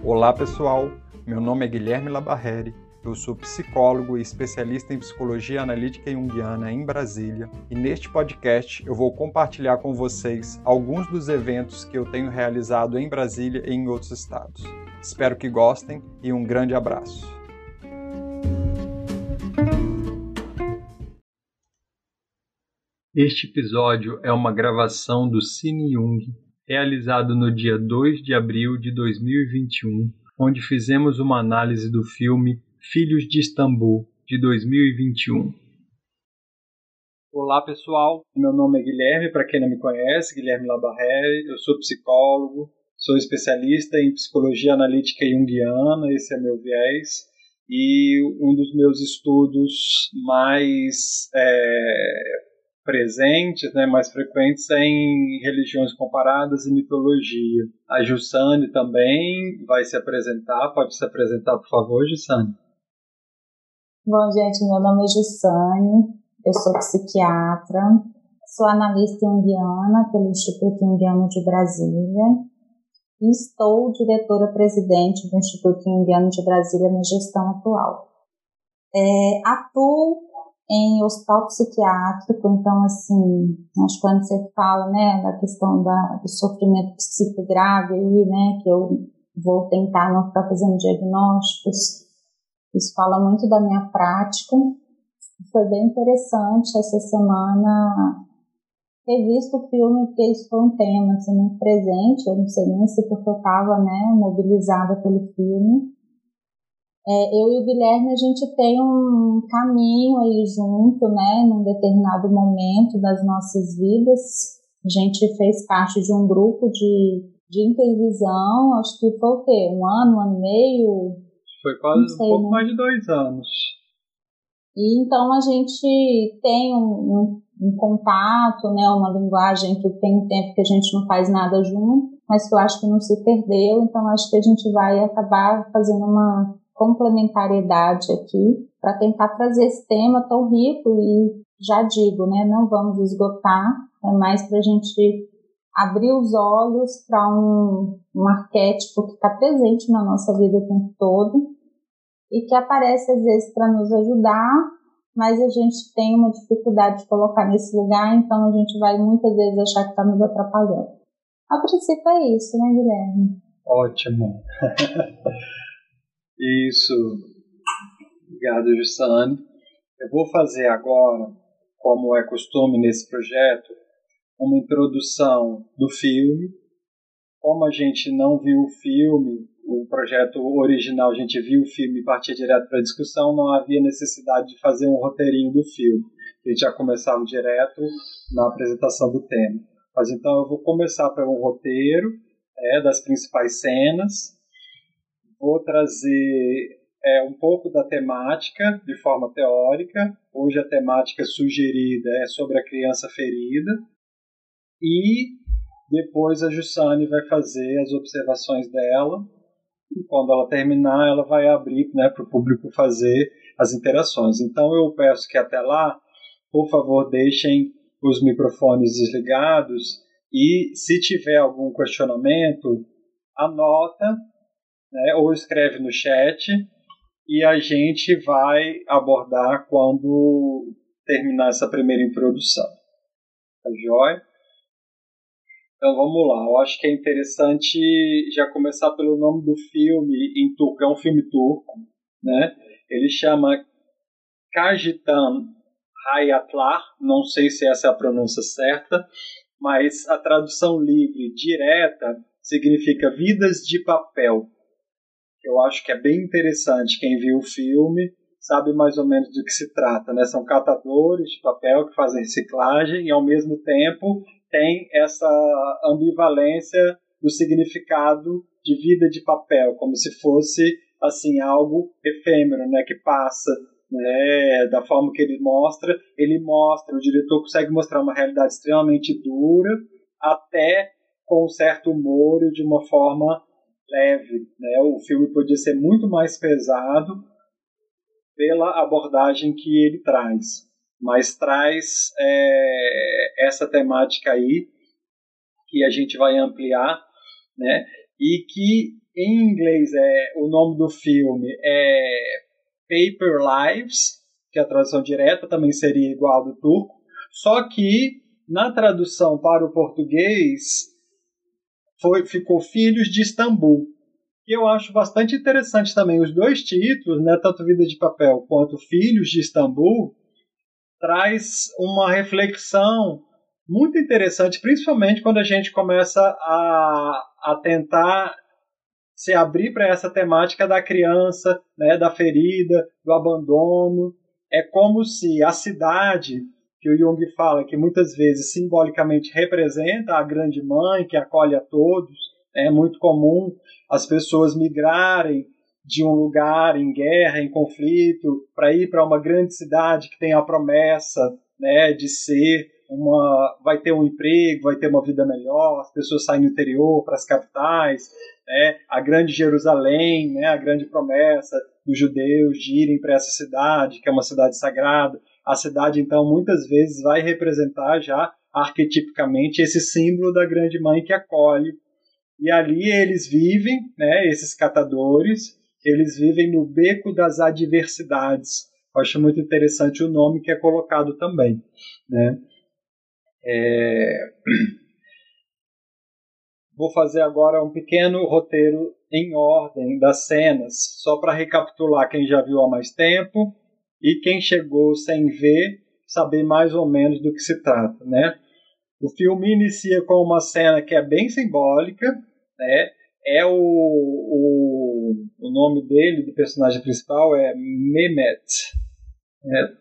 Olá pessoal, meu nome é Guilherme Labarreri, eu sou psicólogo e especialista em psicologia analítica junguiana em Brasília e neste podcast eu vou compartilhar com vocês alguns dos eventos que eu tenho realizado em Brasília e em outros estados. Espero que gostem e um grande abraço. Este episódio é uma gravação do Cine Jung, realizado no dia 2 de abril de 2021, onde fizemos uma análise do filme Filhos de Istambul, de 2021. Olá pessoal, meu nome é Guilherme, para quem não me conhece, Guilherme Labarreri, eu sou psicólogo, sou especialista em psicologia analítica junguiana, esse é meu viés, e um dos meus estudos mais presentes, mais frequentes em religiões comparadas e mitologia. A Jussane também vai se apresentar. Pode se apresentar, por favor, Jussane? Bom, gente, meu nome é Jussane, eu sou psiquiatra, sou analista junguiana pelo Instituto Junguiano de Brasília e estou diretora-presidente do Instituto Junguiano de Brasília na gestão atual. Atuo em hospital psiquiátrico, então, assim, acho que quando você fala, da questão do sofrimento psíquico grave aí, que eu vou tentar não ficar fazendo diagnósticos, isso fala muito da minha prática. Foi bem interessante essa semana ter visto o filme, porque isso foi um tema, assim, muito presente, eu não sei nem se porque eu estava, mobilizada pelo filme. Eu e o Guilherme, a gente tem um caminho aí junto, num determinado momento das nossas vidas. A gente fez parte de um grupo de intervisão, acho que foi o quê? Um ano e meio? Foi quase um pouco mais de 2 anos. E então a gente tem um contato, uma linguagem que tem um tempo que a gente não faz nada junto, mas que eu acho que não se perdeu, então acho que a gente vai acabar fazendo uma complementariedade aqui para tentar trazer esse tema tão rico e já digo, não vamos esgotar, é mais para a gente abrir os olhos para um arquétipo que está presente na nossa vida o tempo todo e que aparece às vezes para nos ajudar, mas a gente tem uma dificuldade de colocar nesse lugar, então a gente vai muitas vezes achar que está nos atrapalhando. A princípio é isso, Guilherme? Ótimo. Isso. Obrigado, Jussane. Eu vou fazer agora, como é costume nesse projeto, uma introdução do filme. Como a gente não viu o filme, o projeto original, a gente viu o filme e partia direto para a discussão, não havia necessidade de fazer um roteirinho do filme. A gente já começava direto na apresentação do tema. Mas então eu vou começar pelo roteiro das principais cenas. Vou trazer um pouco da temática de forma teórica. Hoje a temática sugerida é sobre a criança ferida. E depois a Jussane vai fazer as observações dela. E quando ela terminar, ela vai abrir para o público fazer as interações. Então eu peço que até lá, por favor, deixem os microfones desligados. E se tiver algum questionamento, anota, ou escreve no chat e a gente vai abordar quando terminar essa primeira introdução. Tá joia? Então vamos lá, eu acho que é interessante já começar pelo nome do filme em turco, é um filme turco, Ele chama Kajitan Hayatlar, não sei se essa é a pronúncia certa, mas a tradução livre direta significa Vidas de Papel. Eu acho que é bem interessante. Quem viu o filme sabe mais ou menos do que se trata, São catadores de papel que fazem reciclagem e, ao mesmo tempo, tem essa ambivalência do significado de vida de papel, como se fosse assim algo efêmero, que passa, da forma que ele mostra, o diretor consegue mostrar uma realidade extremamente dura, até com um certo humor e de uma forma leve, O filme podia ser muito mais pesado pela abordagem que ele traz, mas traz essa temática aí que a gente vai ampliar, e que em inglês o nome do filme é Paper Lives, que a tradução direta também seria igual ao do turco, só que na tradução para o português ficou Filhos de Istambul, que eu acho bastante interessante também. Os dois títulos, né, tanto Vida de Papel quanto Filhos de Istambul, traz uma reflexão muito interessante, principalmente quando a gente começa a tentar se abrir para essa temática da criança, né, da ferida, do abandono. É como se a cidade, que o Jung fala que muitas vezes simbolicamente representa a grande mãe que acolhe a todos, é muito comum as pessoas migrarem de um lugar em guerra, em conflito, para ir para uma grande cidade que tem a promessa, né, de ser vai ter um emprego, vai ter uma vida melhor, as pessoas saem do interior para as capitais, né, a grande Jerusalém, né, a grande promessa dos judeus de irem para essa cidade, que é uma cidade sagrada. A cidade, então, muitas vezes vai representar já arquetipicamente esse símbolo da grande mãe que acolhe. E ali eles vivem, né, esses catadores, eles vivem no beco das adversidades. Eu acho muito interessante o nome que é colocado também, né? Vou fazer agora um pequeno roteiro em ordem das cenas, só para recapitular quem já viu há mais tempo e quem chegou sem ver, saber mais ou menos do que se trata, né? O filme inicia com uma cena que é bem simbólica, né? O nome dele, do personagem principal, é Mehmet. Né?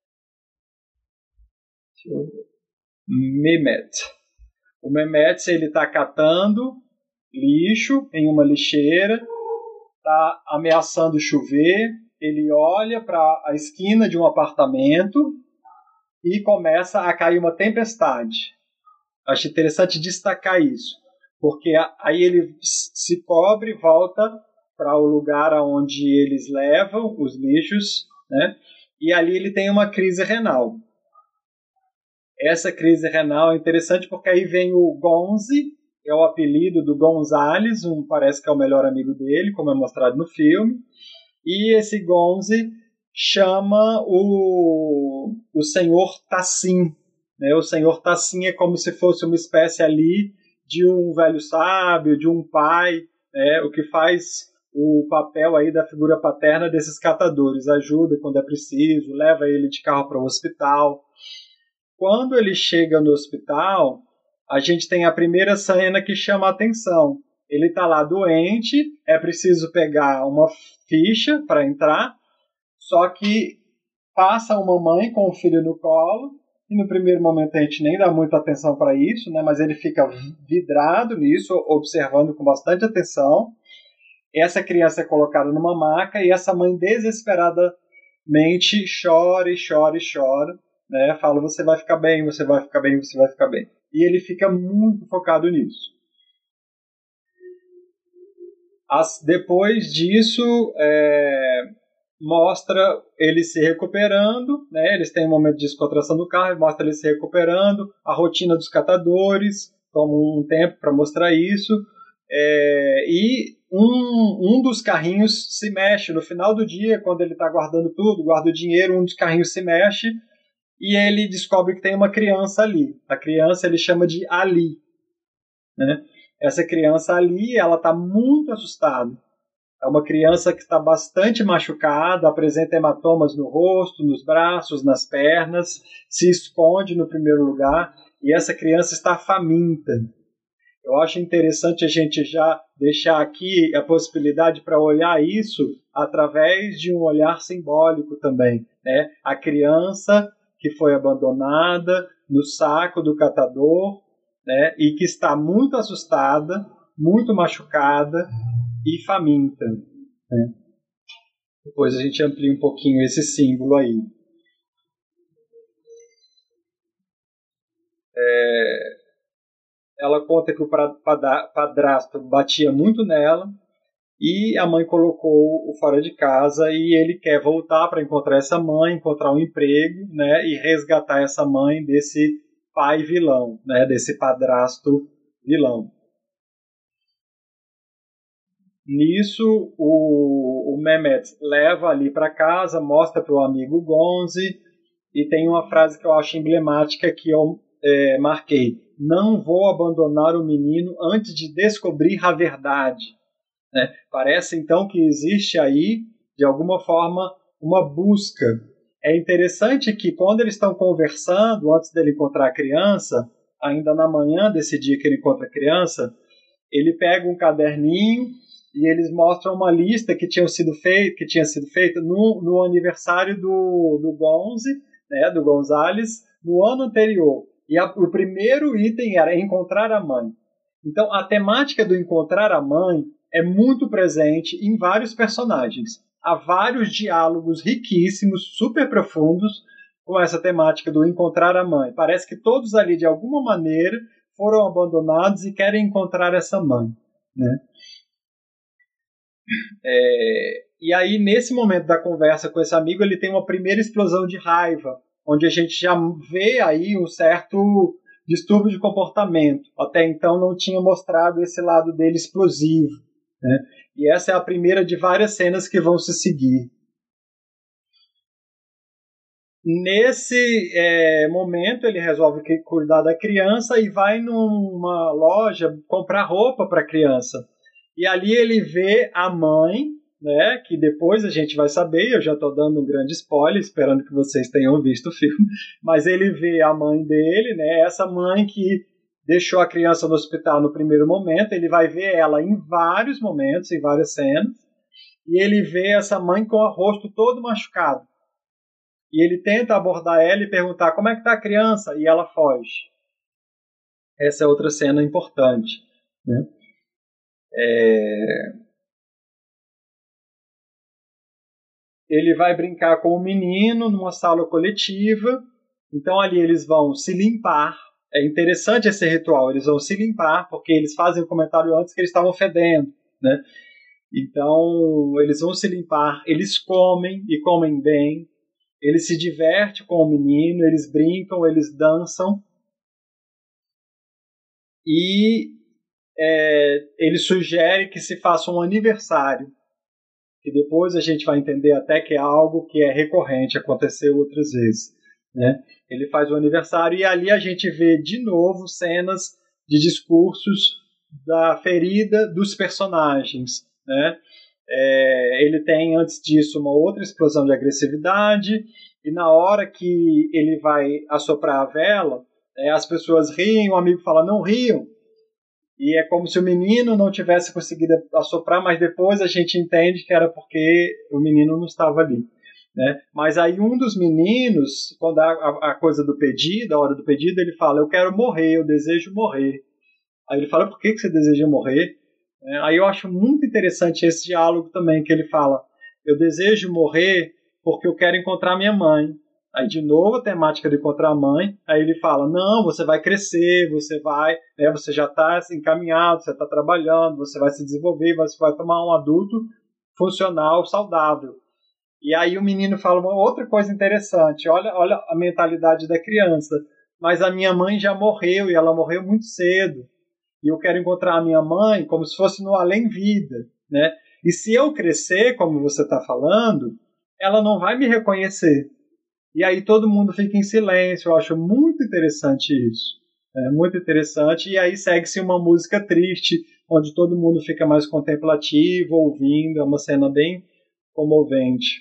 Mehmet. O Mehmet, ele está catando lixo em uma lixeira, está ameaçando chover, ele olha para a esquina de um apartamento e começa a cair uma tempestade. Acho interessante destacar isso, porque aí ele se cobre e volta para o lugar onde eles levam os lixos, né? E ali ele tem uma crise renal. Essa crise renal é interessante porque aí vem o Gonzi, é o apelido do Gonzales, parece que é o melhor amigo dele, como é mostrado no filme, e esse Gonzi chama o senhor Tassim, né? O senhor Tassim é como se fosse uma espécie ali de um velho sábio, de um pai, né? O que faz o papel aí da figura paterna desses catadores, ajuda quando é preciso, leva ele de carro para o hospital. Quando ele chega no hospital, a gente tem a primeira cena que chama a atenção. Ele está lá doente, é preciso pegar uma ficha para entrar, só que passa uma mãe com o filho no colo, e no primeiro momento a gente nem dá muita atenção para isso, né, mas ele fica vidrado nisso, observando com bastante atenção. Essa criança é colocada numa maca e essa mãe desesperadamente chora e chora e chora, né, fala: você vai ficar bem, você vai ficar bem, você vai ficar bem. E ele fica muito focado nisso. Depois disso, mostra ele se recuperando, né? Eles têm um momento de descontração do carro, mostra ele se recuperando, a rotina dos catadores, toma um tempo para mostrar isso, e um dos carrinhos se mexe no final do dia, quando ele está guardando tudo, guarda o dinheiro, um dos carrinhos se mexe e ele descobre que tem uma criança ali. A criança ele chama de Ali, né? Essa criança Ali, ela está muito assustada. É uma criança que está bastante machucada, apresenta hematomas no rosto, nos braços, nas pernas, se esconde no primeiro lugar, e essa criança está faminta. Eu acho interessante a gente já deixar aqui a possibilidade para olhar isso através de um olhar simbólico também, né? A criança que foi abandonada no saco do catador, né? E que está muito assustada, muito machucada e faminta, né? Depois a gente amplia um pouquinho esse símbolo aí. Ela conta que o padrasto batia muito nela e a mãe colocou o fora de casa e ele quer voltar para encontrar essa mãe, encontrar um emprego, né, e resgatar essa mãe desse pai vilão, né, desse padrasto vilão. Nisso, o Mehmet leva ali para casa, mostra para o amigo Gonzi, e tem uma frase que eu acho emblemática que eu marquei: não vou abandonar o menino antes de descobrir a verdade. Né? Parece então que existe aí, de alguma forma, uma busca. É interessante que quando eles estão conversando, antes dele encontrar a criança, ainda na manhã desse dia que ele encontra a criança, ele pega um caderninho e eles mostram uma lista que tinha sido feita no aniversário do Gonzi, né, do Gonzales, no ano anterior. E o primeiro item era encontrar a mãe. Então, a temática do encontrar a mãe é muito presente em vários personagens. Há vários diálogos riquíssimos, super profundos, com essa temática do encontrar a mãe. Parece que todos ali, de alguma maneira, foram abandonados e querem encontrar essa mãe. Né? E aí, nesse momento da conversa com esse amigo, ele tem uma primeira explosão de raiva, onde a gente já vê aí um certo distúrbio de comportamento. Até então não tinha mostrado esse lado dele explosivo. Né? E essa é a primeira de várias cenas que vão se seguir. Nesse momento, ele resolve cuidar da criança e vai numa loja comprar roupa para a criança. E ali ele vê a mãe, né, que depois a gente vai saber, eu já estou dando um grande spoiler, esperando que vocês tenham visto o filme, mas ele vê a mãe dele, né, essa mãe que deixou a criança no hospital no primeiro momento, ele vai ver ela em vários momentos, em várias cenas, e ele vê essa mãe com o rosto todo machucado. E ele tenta abordar ela e perguntar como é que está a criança, e ela foge. Essa é outra cena importante. Né? Ele vai brincar com o menino numa sala coletiva, então ali eles vão se limpar. É interessante esse ritual, eles vão se limpar, porque eles fazem o comentário antes que eles estavam fedendo. Né? Então eles vão se limpar, eles comem e comem bem. Ele se diverte com o menino, eles brincam, eles dançam. E ele sugere que se faça um aniversário. E depois a gente vai entender até que é algo que é recorrente, aconteceu outras vezes. Né? Ele faz o aniversário e ali a gente vê de novo cenas de discursos da ferida dos personagens. Né? Ele tem, antes disso, uma outra explosão de agressividade, e na hora que ele vai assoprar a vela, as pessoas riem, o amigo fala, não riam, e é como se o menino não tivesse conseguido assoprar, mas depois a gente entende que era porque o menino não estava ali. Né? Mas aí um dos meninos, quando a coisa do pedido, a hora do pedido, ele fala, eu quero morrer, eu desejo morrer. Aí ele fala, por que você deseja morrer? Aí eu acho muito interessante esse diálogo também, que ele fala, eu desejo morrer porque eu quero encontrar minha mãe. Aí de novo a temática de encontrar a mãe, aí ele fala, não, você vai crescer, você vai, você já está encaminhado, você está trabalhando, você vai se desenvolver, você vai tomar um adulto funcional, saudável. E aí o menino fala uma outra coisa interessante, olha a mentalidade da criança, mas a minha mãe já morreu, e ela morreu muito cedo. E eu quero encontrar a minha mãe como se fosse no além-vida, né? E se eu crescer, como você está falando, ela não vai me reconhecer. E aí todo mundo fica em silêncio. Eu acho muito interessante isso. Muito interessante. E aí segue-se uma música triste, onde todo mundo fica mais contemplativo, ouvindo. É uma cena bem comovente.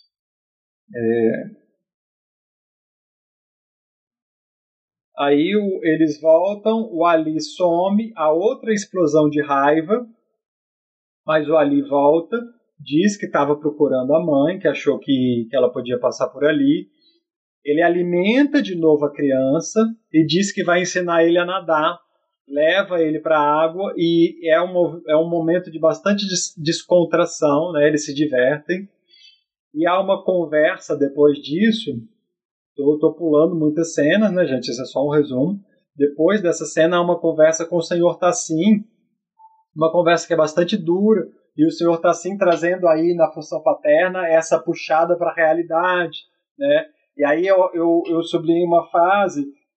Aí eles voltam, o Ali some, a outra explosão de raiva, mas o Ali volta, diz que estava procurando a mãe, que achou que ela podia passar por ali. Ele alimenta de novo a criança e diz que vai ensinar ele a nadar, leva ele para a água e é um momento de bastante descontração, né? Eles se divertem. E há uma conversa depois disso. Estou pulando muitas cenas, né, gente? Isso é só um resumo. Depois dessa cena, há uma conversa com o Sr. Tassim, uma conversa que é bastante dura, e o Sr. Tassim trazendo aí na função paterna essa puxada para a realidade, né? E aí eu sublinhei uma frase,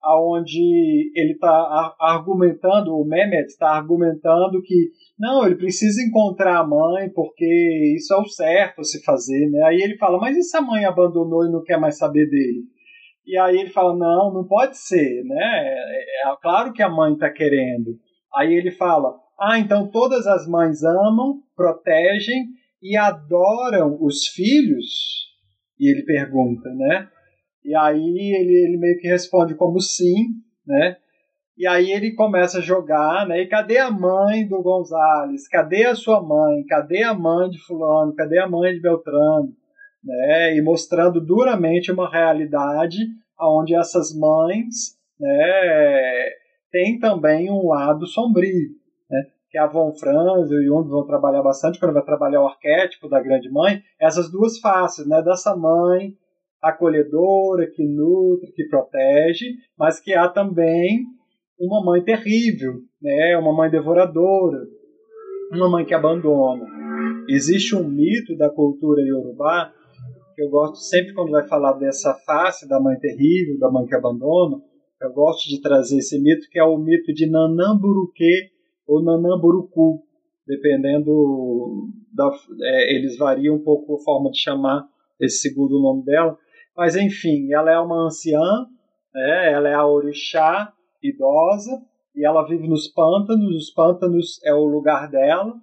onde ele está argumentando, o Mehmet está argumentando que não, ele precisa encontrar a mãe porque isso é o certo a se fazer, né? Aí ele fala, mas e se a mãe abandonou e não quer mais saber dele? E aí ele fala, não, não pode ser, né? Claro que a mãe está querendo. Aí ele fala, então todas as mães amam, protegem e adoram os filhos? E ele pergunta, né? E aí ele meio que responde como sim, né? E aí ele começa a jogar, né? E cadê a mãe do Gonzales? Cadê a sua mãe? Cadê a mãe de fulano? Cadê a mãe de Beltrano? Né? E mostrando duramente uma realidade onde essas mães, né, têm também um lado sombrio, né? Que a Von Franz e o Jung vão trabalhar bastante quando vai trabalhar o arquétipo da grande mãe, essas duas faces, né? Dessa mãe acolhedora, que nutre, que protege, mas que há também uma mãe terrível, né? Uma mãe devoradora, uma mãe que abandona. Existe um mito da cultura iorubá que eu gosto sempre quando vai falar dessa face da mãe terrível, da mãe que abandona, eu gosto de trazer esse mito, que é o mito de Nanamburuque ou Nanamburuku, dependendo eles variam um pouco a forma de chamar esse segundo nome dela, mas enfim, ela é uma anciã, né? Ela é a orixá idosa, e ela vive nos pântanos, os pântanos é o lugar dela,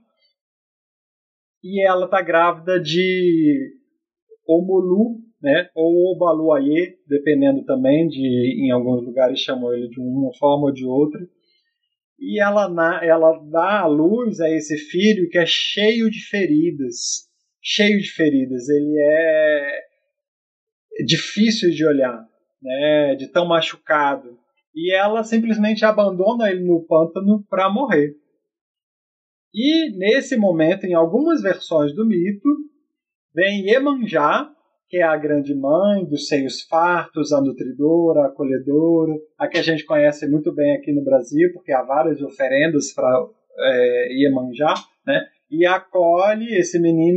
e ela está grávida de Omulu, né, ou Obaluayê, dependendo também em alguns lugares chamam ele de uma forma ou de outra, e ela dá à luz a esse filho que é cheio de feridas, ele é difícil de olhar, né, de tão machucado, e ela simplesmente abandona ele no pântano para morrer. E nesse momento, em algumas versões do mito, vem Iemanjá, que é a grande mãe dos seios fartos, a nutridora, a acolhedora, a que a gente conhece muito bem aqui no Brasil, porque há várias oferendas para Iemanjá, né? E acolhe esse menino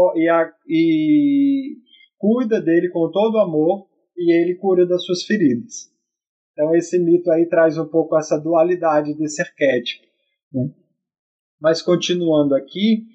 e cuida dele com todo amor, e ele cura das suas feridas. Então esse mito aí traz um pouco essa dualidade desse arquétipo, né? Mas continuando aqui,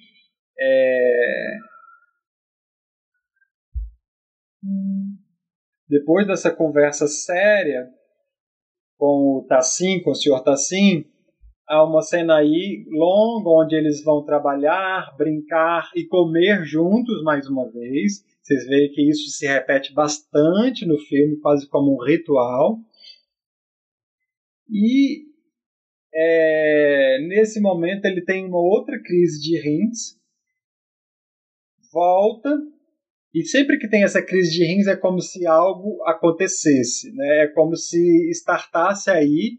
depois dessa conversa séria com o senhor Tassim, há uma cena aí longa onde eles vão trabalhar, brincar e comer juntos mais uma vez. Vocês veem que isso se repete bastante no filme, quase como um ritual. E nesse momento ele tem uma outra crise de rins, volta, e sempre que tem essa crise de rins é como se algo acontecesse, né? É como se startasse aí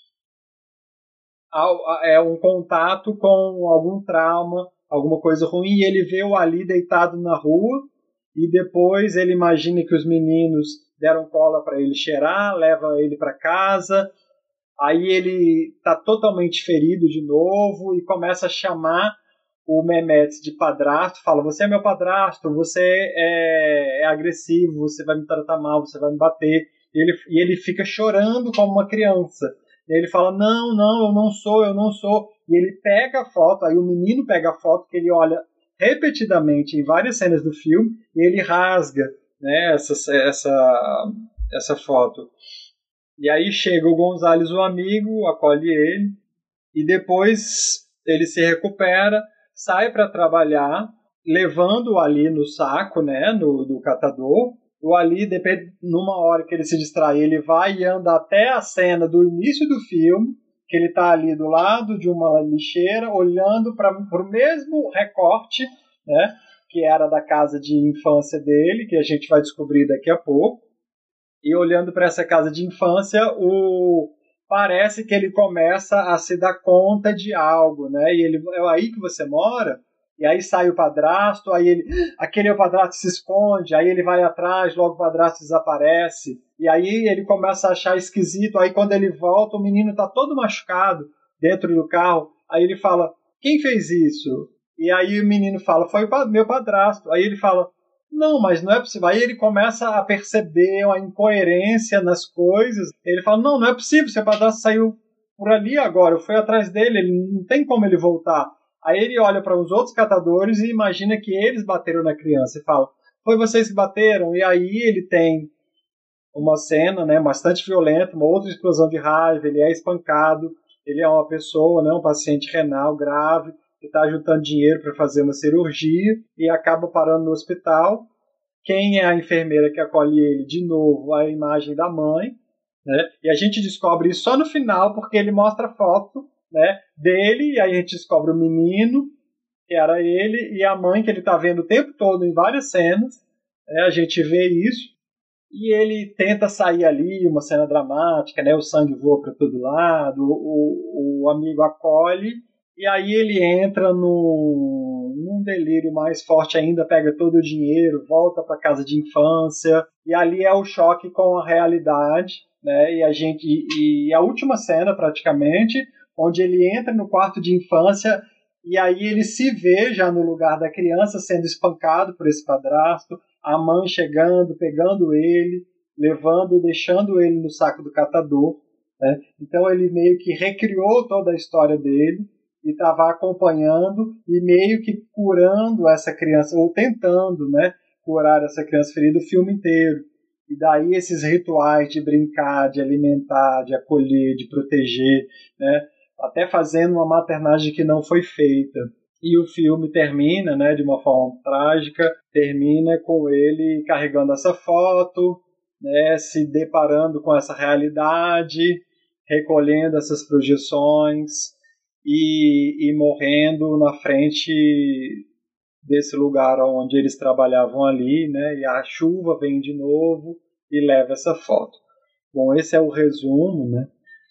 um contato com algum trauma, alguma coisa ruim, e ele vê o Ali deitado na rua, e depois ele imagina que os meninos deram cola para ele cheirar, leva ele para casa, aí ele está totalmente ferido de novo e começa a chamar o Mehmet de padrasto, fala, você é meu padrasto, você é agressivo, você vai me tratar mal, você vai me bater, e ele fica chorando como uma criança. E ele fala, não, eu não sou. E ele pega a foto, aí o menino pega a foto que ele olha repetidamente em várias cenas do filme, e ele rasga, né, essa foto. E aí chega o Gonzales, o amigo, acolhe ele, e depois ele se recupera, sai para trabalhar, levando o Ali no saco, né, do catador. O Ali, numa hora que ele se distrai, ele vai e anda até a cena do início do filme, que ele está ali do lado de uma lixeira, olhando para o mesmo recorte, né, que era da casa de infância dele, que a gente vai descobrir daqui a pouco. E olhando para essa casa de infância, parece que ele começa a se dar conta de algo, né? E ele, é aí que você mora? E aí sai o padrasto, aquele padrasto se esconde, aí ele vai atrás, logo o padrasto desaparece, e aí ele começa a achar esquisito, aí quando ele volta, o menino está todo machucado dentro do carro, aí ele fala, quem fez isso? E aí o menino fala, foi o meu padrasto. Aí ele fala, não, mas não é possível. Aí ele começa a perceber a incoerência nas coisas. Ele fala, não, não é possível, seu padrasto saiu por ali agora, eu fui atrás dele, ele não tem como ele voltar. Aí ele olha para os outros catadores e imagina que eles bateram na criança e fala, foi vocês que bateram? E aí ele tem uma cena, né, bastante violenta, uma outra explosão de raiva, ele é espancado, ele é uma pessoa, né, um paciente renal grave, que está juntando dinheiro para fazer uma cirurgia e acaba parando no hospital. Quem é a enfermeira que acolhe ele? De novo, a imagem da mãe, né? E a gente descobre isso só no final, porque ele mostra a foto, né, dele, e aí a gente descobre o menino, que era ele, e a mãe, que ele está vendo o tempo todo em várias cenas, né? A gente vê isso, e ele tenta sair ali, uma cena dramática, né? O sangue voa para todo lado, o amigo acolhe, e aí ele entra num delírio mais forte ainda, pega todo o dinheiro, volta para casa de infância, e ali é o choque com a realidade, né? E a última cena, praticamente, onde ele entra no quarto de infância, e aí ele se vê já no lugar da criança sendo espancado por esse padrasto, a mãe chegando, pegando ele, levando e deixando ele no saco do catador, né? Então ele meio que recriou toda a história dele e estava acompanhando e meio que curando essa criança, ou tentando, né, curar essa criança ferida o filme inteiro. E daí esses rituais de brincar, de alimentar, de acolher, de proteger, né, até fazendo uma maternagem que não foi feita. E o filme termina, né, de uma forma trágica, termina com ele carregando essa foto, né, se deparando com essa realidade, recolhendo essas projeções e morrendo na frente desse lugar onde eles trabalhavam ali, né, e a chuva vem de novo e leva essa foto. Bom, esse é o resumo, né,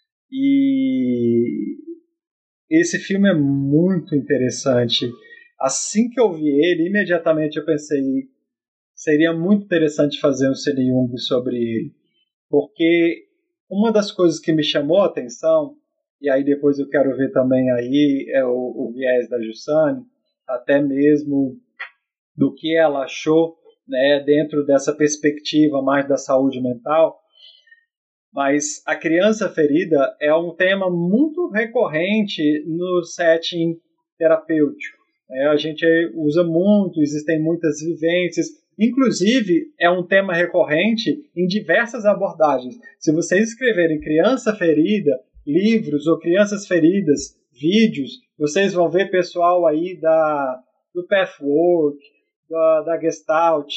e esse filme é muito interessante. Assim que eu vi ele, imediatamente eu pensei, seria muito interessante fazer um Cine Jung sobre ele, porque uma das coisas que me chamou a atenção, e aí depois eu quero ver também aí é o viés da Jussane, até mesmo do que ela achou, né, dentro dessa perspectiva mais da saúde mental, mas a criança ferida é um tema muito recorrente no setting terapêutico. A gente usa muito, existem muitas vivências, inclusive é um tema recorrente em diversas abordagens. Se vocês escreverem criança ferida, livros ou crianças feridas, vídeos, vocês vão ver pessoal aí do Pathwork, da Gestalt,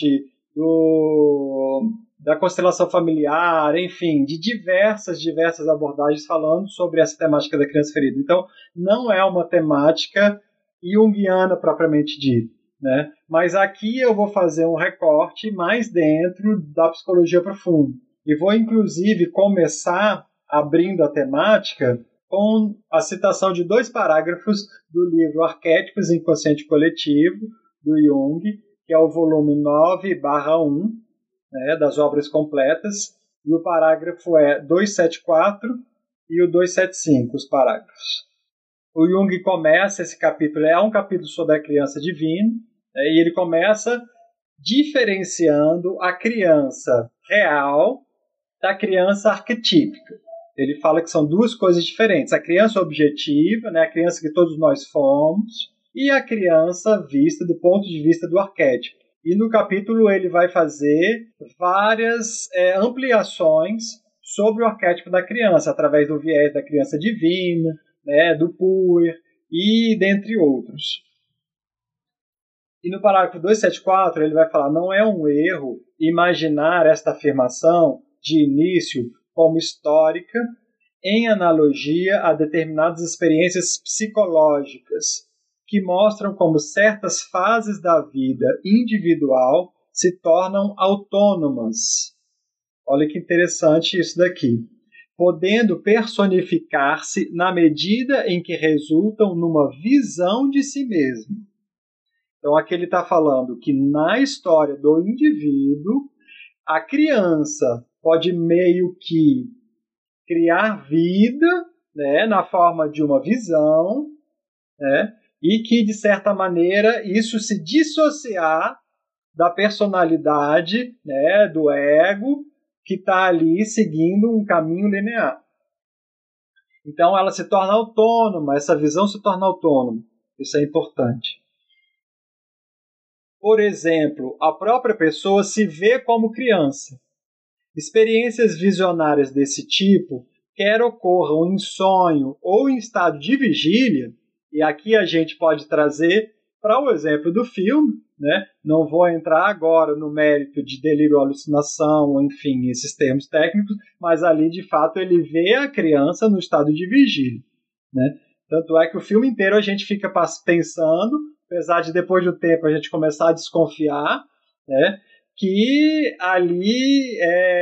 da constelação familiar, enfim, de diversas abordagens falando sobre essa temática da criança ferida. Então, não é uma temática junguiana propriamente dita, né? Mas aqui eu vou fazer um recorte mais dentro da psicologia profunda. E vou, inclusive, começar abrindo a temática com a citação de 2 parágrafos do livro Arquétipos e Inconsciente Coletivo, do Jung, que é o volume 9/1, né, das obras completas, e o parágrafo é 274 e o 275, os parágrafos. O Jung começa esse capítulo, é um capítulo sobre a criança divina, né, e ele começa diferenciando a criança real da criança arquetípica. Ele fala que são 2 coisas diferentes. A criança objetiva, né, a criança que todos nós fomos, e a criança vista do ponto de vista do arquétipo. E no capítulo ele vai fazer várias ampliações sobre o arquétipo da criança, através do viés da criança divina, né, do puer, e dentre outros. E no parágrafo 274 ele vai falar, não é um erro imaginar esta afirmação de início como histórica em analogia a determinadas experiências psicológicas que mostram como certas fases da vida individual se tornam autônomas. Olha que interessante isso daqui. Podendo personificar-se na medida em que resultam numa visão de si mesmo. Então aqui ele está falando que na história do indivíduo, a criança pode meio que criar vida, né, na forma de uma visão, né, e que, de certa maneira, isso se dissociar da personalidade, né, do ego, que está ali seguindo um caminho linear. Então ela se torna autônoma, essa visão se torna autônoma. Isso é importante. Por exemplo, a própria pessoa se vê como criança. Experiências visionárias desse tipo, quer ocorram em sonho ou em estado de vigília, e aqui a gente pode trazer para o exemplo do filme, né? Não vou entrar agora no mérito de delírio ou alucinação, enfim, esses termos técnicos, mas ali de fato ele vê a criança no estado de vigília, né? Tanto é que o filme inteiro a gente fica pensando, apesar de depois de um tempo a gente começar a desconfiar, né, que ali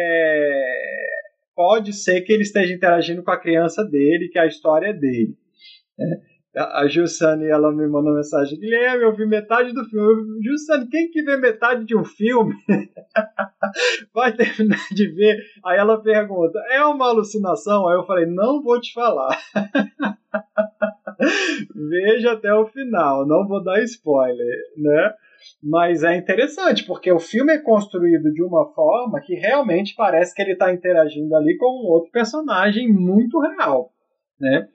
pode ser que ele esteja interagindo com a criança dele, que a história é dele. A Jussane, ela me mandou uma mensagem: Guilherme, eu vi metade do filme. Jussane, quem que vê metade de um filme vai terminar de ver? Aí ela pergunta: é uma alucinação? Aí eu falei: não vou te falar. Veja até o final, não vou dar spoiler, né? Mas é interessante, porque o filme é construído de uma forma que realmente parece que ele está interagindo ali com um outro personagem muito real, né?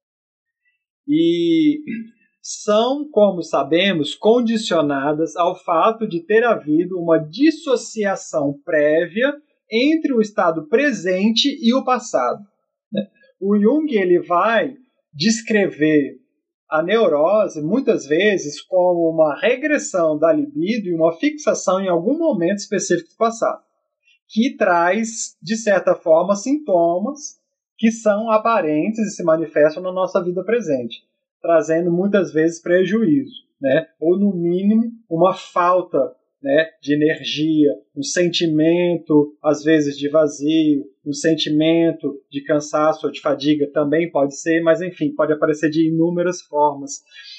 E são, como sabemos, condicionadas ao fato de ter havido uma dissociação prévia entre o estado presente e o passado. O Jung ele vai descrever a neurose, muitas vezes, como uma regressão da libido e uma fixação em algum momento específico do passado, que traz, de certa forma, sintomas que são aparentes e se manifestam na nossa vida presente, trazendo muitas vezes prejuízo, né? Ou, no mínimo, uma falta, né, de energia, um sentimento, às vezes, de vazio, um sentimento de cansaço ou de fadiga também pode ser, mas, enfim, pode aparecer de inúmeras formas.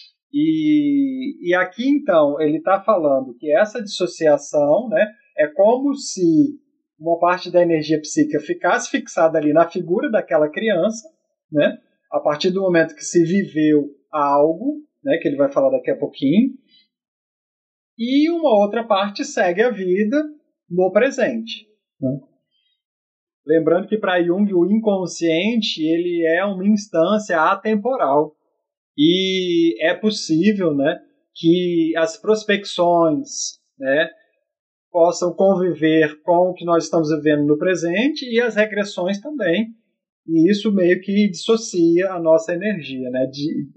E aqui, então, ele está falando que essa dissociação, né, é como se uma parte da energia psíquica ficasse fixada ali na figura daquela criança, né, a partir do momento que se viveu algo, né, que ele vai falar daqui a pouquinho, e uma outra parte segue a vida no presente, né? Lembrando que para Jung o inconsciente ele é uma instância atemporal e é possível, né, que as prospecções, né, possam conviver com o que nós estamos vivendo no presente e as regressões também, e isso meio que dissocia a nossa energia, né,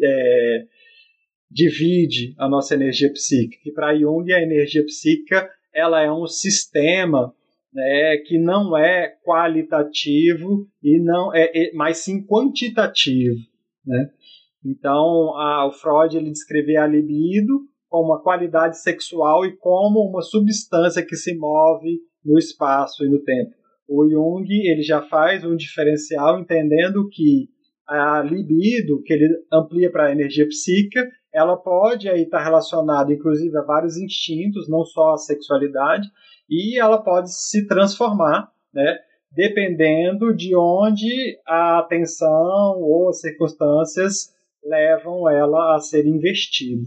divide a nossa energia psíquica. E para Jung a energia psíquica ela é um sistema, né, que não é qualitativo e não mas sim quantitativo, né? Então o Freud ele descrevia a libido como uma qualidade sexual e como uma substância que se move no espaço e no tempo. O Jung ele já faz um diferencial entendendo que a libido, que ele amplia para a energia psíquica, ela pode aí estar relacionada, inclusive, a vários instintos, não só a sexualidade, e ela pode se transformar, né, dependendo de onde a atenção ou as circunstâncias levam ela a ser investida.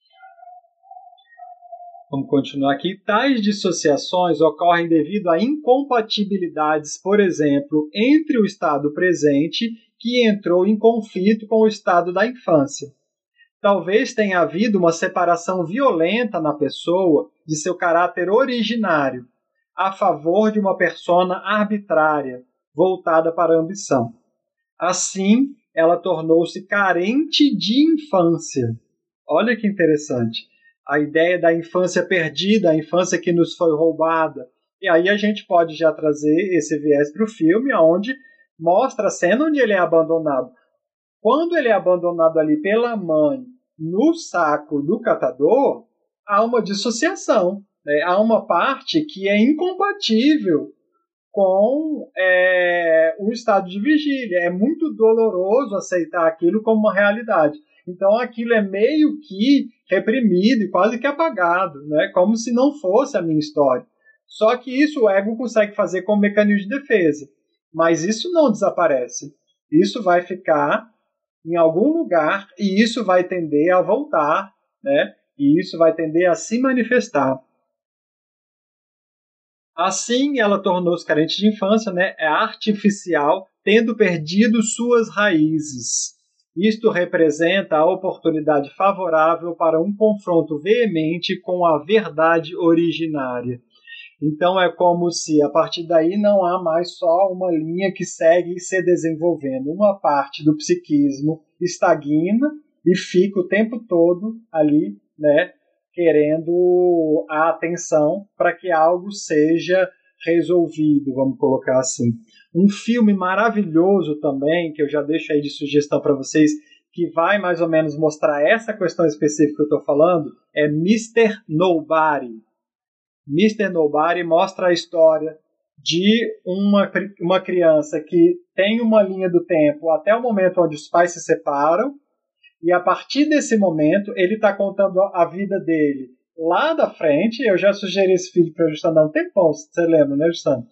Vamos continuar aqui. Tais dissociações ocorrem devido a incompatibilidades, por exemplo, entre o estado presente que entrou em conflito com o estado da infância. Talvez tenha havido uma separação violenta na pessoa de seu caráter originário, a favor de uma persona arbitrária, voltada para a ambição. Assim, ela tornou-se carente de infância. Olha que interessante. A ideia da infância perdida, a infância que nos foi roubada. E aí a gente pode já trazer esse viés para o filme, onde mostra a cena onde ele é abandonado. Quando ele é abandonado ali pela mãe no saco do catador, há uma dissociação, né? Há uma parte que é incompatível com o estado de vigília. É muito doloroso aceitar aquilo como uma realidade. Então aquilo é meio que reprimido e quase que apagado, né? Como se não fosse a minha história. Só que isso o ego consegue fazer como mecanismo de defesa. Mas isso não desaparece. Isso vai ficar em algum lugar e isso vai tender a voltar, né? E isso vai tender a se manifestar. Assim, ela tornou-se carente de infância, né? É artificial, tendo perdido suas raízes. Isto representa a oportunidade favorável para um confronto veemente com a verdade originária. Então é como se a partir daí não há mais só uma linha que segue se desenvolvendo. Uma parte do psiquismo estagna e fica o tempo todo ali, né, querendo a atenção para que algo seja resolvido, vamos colocar assim. Um filme maravilhoso também, que eu já deixo aí de sugestão para vocês, que vai mais ou menos mostrar essa questão específica que eu estou falando, é Mr. Nobody. Mr. Nobody mostra a história de uma criança que tem uma linha do tempo até o momento onde os pais se separam, e a partir desse momento ele está contando a vida dele lá da frente. Eu já sugeri esse vídeo para o Justano há um tempão, você lembra, né, Justano?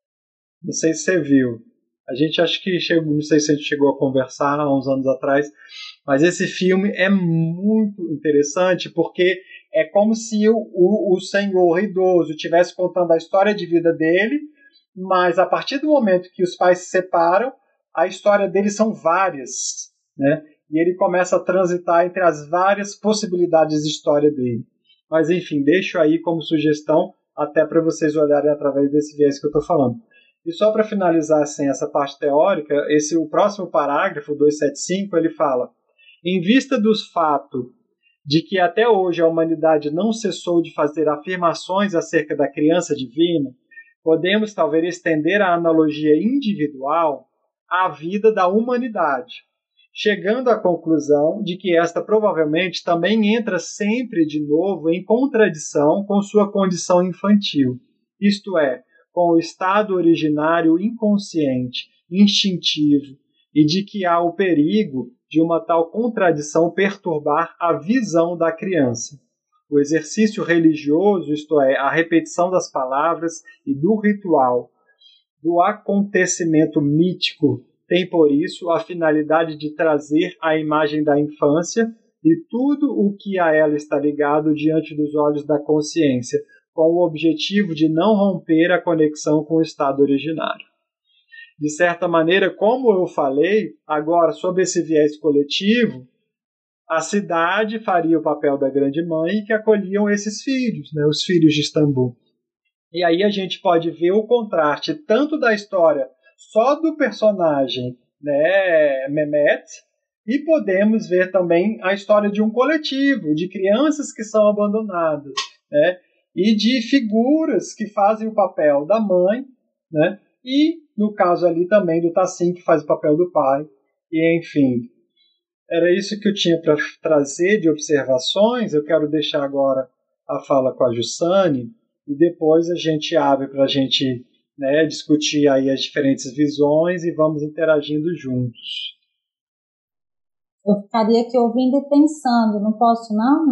Não sei se você viu. A gente acho que chegou, não sei se a gente chegou a conversar há uns anos atrás, mas esse filme é muito interessante porque é como se o senhor idoso estivesse contando a história de vida dele, mas a partir do momento que os pais se separam, a história dele são várias, né? E ele começa a transitar entre as várias possibilidades de história dele. Mas enfim, deixo aí como sugestão até para vocês olharem através desse viés que eu estou falando. E só para finalizar assim, essa parte teórica, o próximo parágrafo, 275, ele fala: em vista dos fatos de que até hoje a humanidade não cessou de fazer afirmações acerca da criança divina, podemos talvez estender a analogia individual à vida da humanidade, chegando à conclusão de que esta provavelmente também entra sempre de novo em contradição com sua condição infantil, isto é, com o estado originário inconsciente, instintivo, e de que há o perigo de uma tal contradição perturbar a visão da criança. O exercício religioso, isto é, a repetição das palavras e do ritual, do acontecimento mítico, tem por isso a finalidade de trazer a imagem da infância e tudo o que a ela está ligado diante dos olhos da consciência, com o objetivo de não romper a conexão com o estado originário. De certa maneira, como eu falei, agora sobre esse viés coletivo, a cidade faria o papel da grande mãe que acolhiam esses filhos, né, os filhos de Istambul. E aí a gente pode ver o contraste tanto da história só do personagem, né, Mehmet, e podemos ver também a história de um coletivo, de crianças que são abandonadas, né, e de figuras que fazem o papel da mãe, né, e no caso ali também do Tassim, que faz o papel do pai. E enfim, era isso que eu tinha para trazer de observações. Eu quero deixar agora a fala com a Jussane e depois a gente abre para a gente, né, discutir aí as diferentes visões e vamos interagindo juntos. Eu ficaria aqui ouvindo e pensando, não posso não?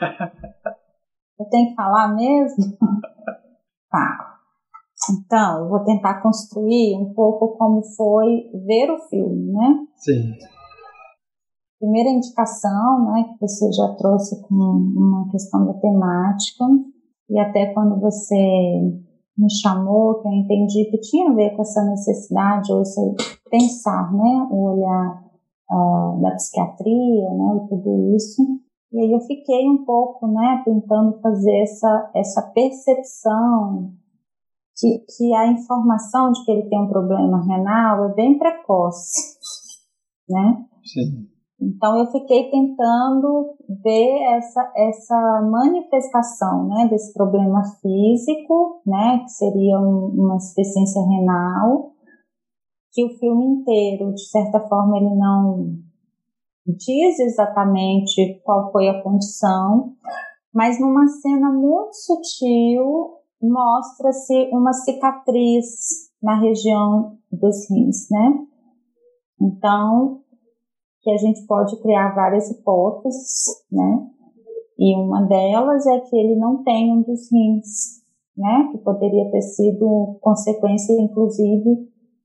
Eu tenho que falar mesmo? Tá. Então, eu vou tentar construir um pouco como foi ver o filme, né? Sim. Primeira indicação, né, que você já trouxe com uma questão da temática, e até quando você me chamou, que eu entendi que tinha a ver com essa necessidade, ou esse pensar, né, o olhar da psiquiatria, né, e tudo isso. E aí eu fiquei um pouco, né, tentando fazer essa percepção que a informação de que ele tem um problema renal é bem precoce, né? Sim. Então eu fiquei tentando ver essa manifestação, né, desse problema físico, né, que seria uma insuficiência renal, que o filme inteiro, de certa forma, ele não diz exatamente qual foi a condição, mas numa cena muito sutil mostra-se uma cicatriz na região dos rins, né? Então, que a gente pode criar várias hipóteses, né? E uma delas é que ele não tem um dos rins, né? Que poderia ter sido consequência, inclusive,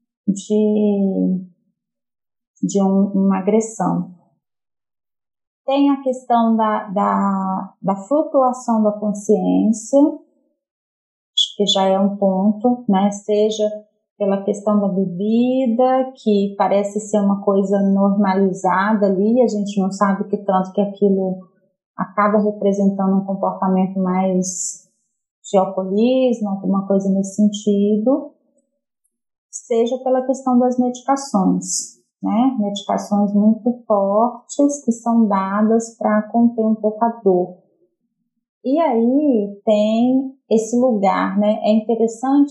de uma agressão. Tem a questão da flutuação da consciência. que já é um ponto, né? Seja pela questão da bebida, que parece ser uma coisa normalizada ali, a gente não sabe que tanto que aquilo acaba representando um comportamento mais de alcoolismo, alguma coisa nesse sentido, seja pela questão das medicações, né? Medicações muito fortes que são dadas para conter um pouco a dor. E aí tem esse lugar, né? É interessante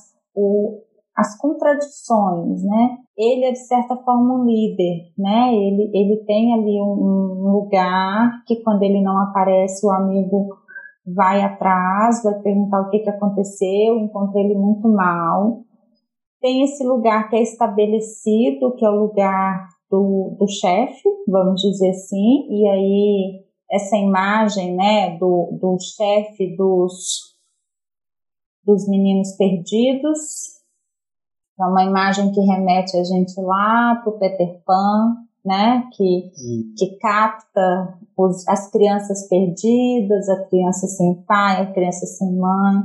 as contradições, né? Ele é de certa forma um líder, né? Ele tem ali um lugar que quando ele não aparece, o amigo vai atrás, vai perguntar o que aconteceu, encontra ele muito mal. Tem esse lugar que é estabelecido, que é o lugar do chefe, vamos dizer assim, e aí essa imagem, né, do chefe dos meninos perdidos, é uma imagem que remete a gente lá para o Peter Pan, né, que capta as crianças perdidas, a criança sem pai, a criança sem mãe.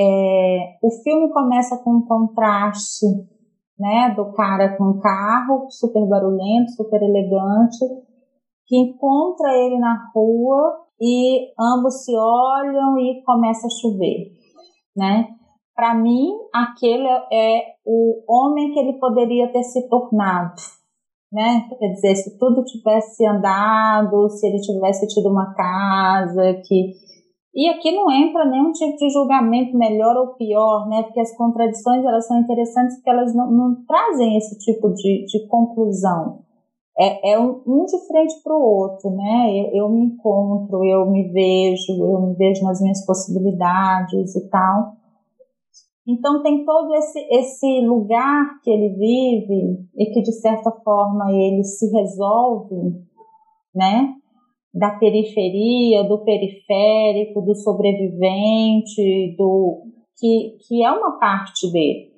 O filme começa com um contraste, né, do cara com um carro super barulhento, super elegante, que encontra ele na rua e ambos se olham e começa a chover, né? Para mim, aquele é o homem que ele poderia ter se tornado, né? Quer dizer, se tudo tivesse andado, se ele tivesse tido uma casa, e aqui não entra nenhum tipo de julgamento melhor ou pior, né? Porque as contradições, elas são interessantes porque elas não trazem esse tipo de conclusão. É um de frente para o outro, né? Eu me encontro, eu me vejo nas minhas possibilidades e tal. Então tem todo esse lugar que ele vive e que de certa forma ele se resolve, né? Da periferia, do periférico, do sobrevivente, que é uma parte dele.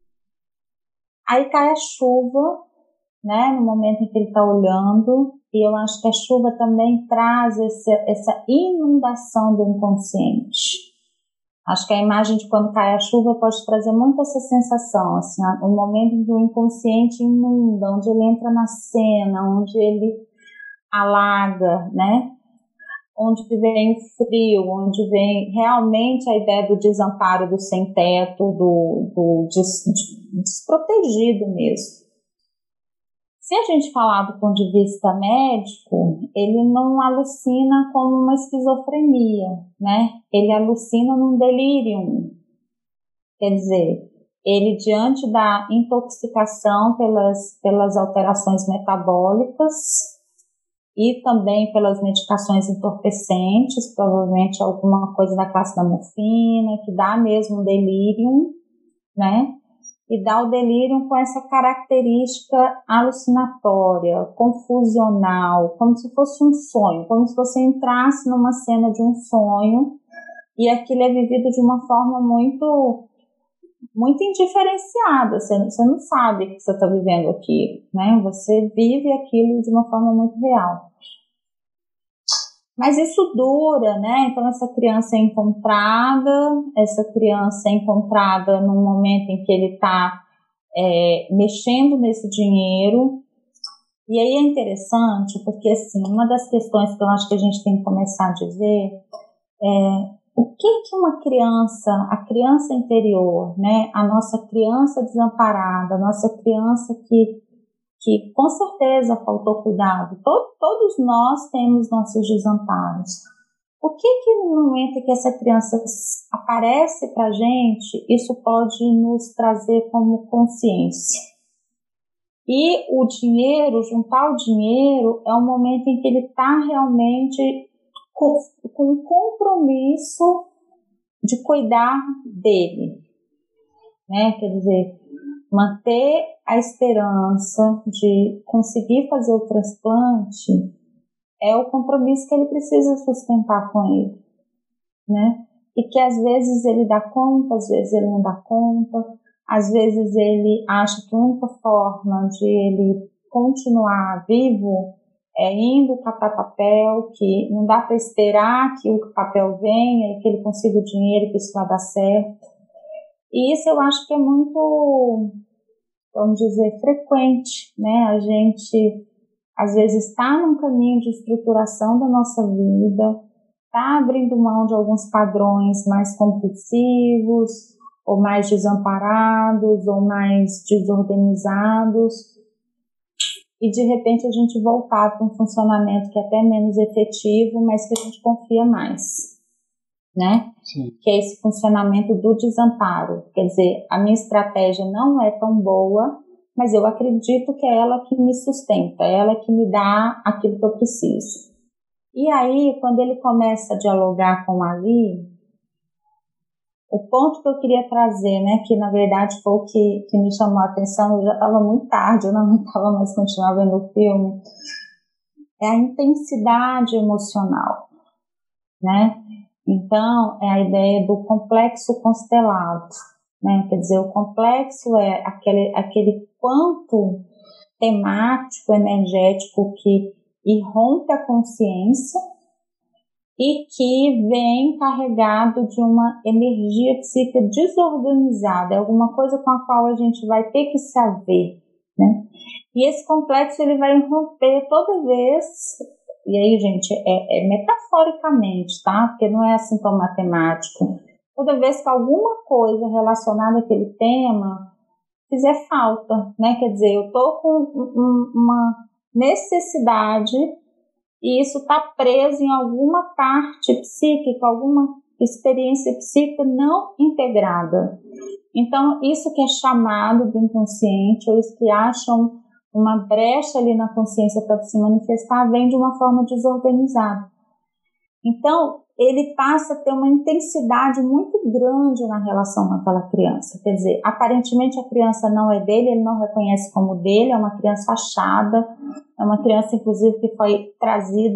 Aí cai a chuva, né, no momento em que ele está olhando, e eu acho que a chuva também traz essa inundação do inconsciente. Acho que a imagem de quando cai a chuva pode trazer muito essa sensação, assim, um momento em que o inconsciente inunda, onde ele entra na cena, onde ele alaga, né? Onde vem o frio, onde vem realmente a ideia do desamparo, do sem-teto, do desprotegido mesmo. Se a gente falar do ponto de vista médico, ele não alucina como uma esquizofrenia, né? Ele alucina num delírio. Quer dizer, ele diante da intoxicação pelas alterações metabólicas e também pelas medicações entorpecentes, provavelmente alguma coisa da classe da morfina, que dá mesmo um delírio, né? E dá o delírio com essa característica alucinatória, confusional, como se fosse um sonho, como se você entrasse numa cena de um sonho e aquilo é vivido de uma forma muito, muito indiferenciada. Você não sabe que você está vivendo aquilo, né? Você vive aquilo de uma forma muito real. Mas isso dura, né? Então essa criança é encontrada num momento em que ele está mexendo nesse dinheiro. E aí é interessante porque, assim, uma das questões que eu acho que a gente tem que começar a dizer é o que uma criança, a criança interior, né? A nossa criança desamparada, a nossa criança que com certeza faltou cuidado. Todos nós temos nossos desamparos. O que no momento em que essa criança aparece para a gente, isso pode nos trazer como consciência? E o dinheiro, juntar o dinheiro, é um momento em que ele está realmente com um compromisso de cuidar dele, né? Quer dizer, manter a esperança de conseguir fazer o transplante é o compromisso que ele precisa sustentar com ele, né? E que às vezes ele dá conta, às vezes ele não dá conta, às vezes ele acha que a única forma de ele continuar vivo é indo catar papel, que não dá para esperar que o papel venha e que ele consiga o dinheiro e que isso vai dar certo. E isso eu acho que é muito, vamos dizer, frequente, né? A gente, às vezes, está num caminho de estruturação da nossa vida, está abrindo mão de alguns padrões mais compulsivos, ou mais desamparados, ou mais desorganizados, e de repente a gente voltar para um funcionamento que é até menos efetivo, mas que a gente confia mais, né? Sim. Que é esse funcionamento do desamparo. Quer dizer, a minha estratégia não é tão boa, mas eu acredito que é ela que me sustenta, é ela que me dá aquilo que eu preciso. E aí, quando ele começa a dialogar com Ali, o ponto que eu queria trazer, né, que na verdade foi o que me chamou a atenção, eu já estava muito tarde, eu não aguentava mais continuar vendo o filme, é a intensidade emocional, né? Então, é a ideia do complexo constelado, né? Quer dizer, o complexo é aquele campo temático, energético que irrompe a consciência e que vem carregado de uma energia psíquica desorganizada, é alguma coisa com a qual a gente vai ter que se haver, né? E esse complexo ele vai irromper toda vez, e aí, gente, é metaforicamente, tá? Porque não é assim tão matemático. Toda vez que alguma coisa relacionada àquele tema fizer falta, né? Quer dizer, eu tô com uma necessidade e isso está preso em alguma parte psíquica, alguma experiência psíquica não integrada. Então, isso que é chamado do inconsciente, ou isso que acham uma brecha ali na consciência para se manifestar, vem de uma forma desorganizada. Então, ele passa a ter uma intensidade muito grande na relação com aquela criança. Quer dizer, aparentemente a criança não é dele, ele não reconhece como dele, é uma criança achada, é uma criança, inclusive, que foi trazida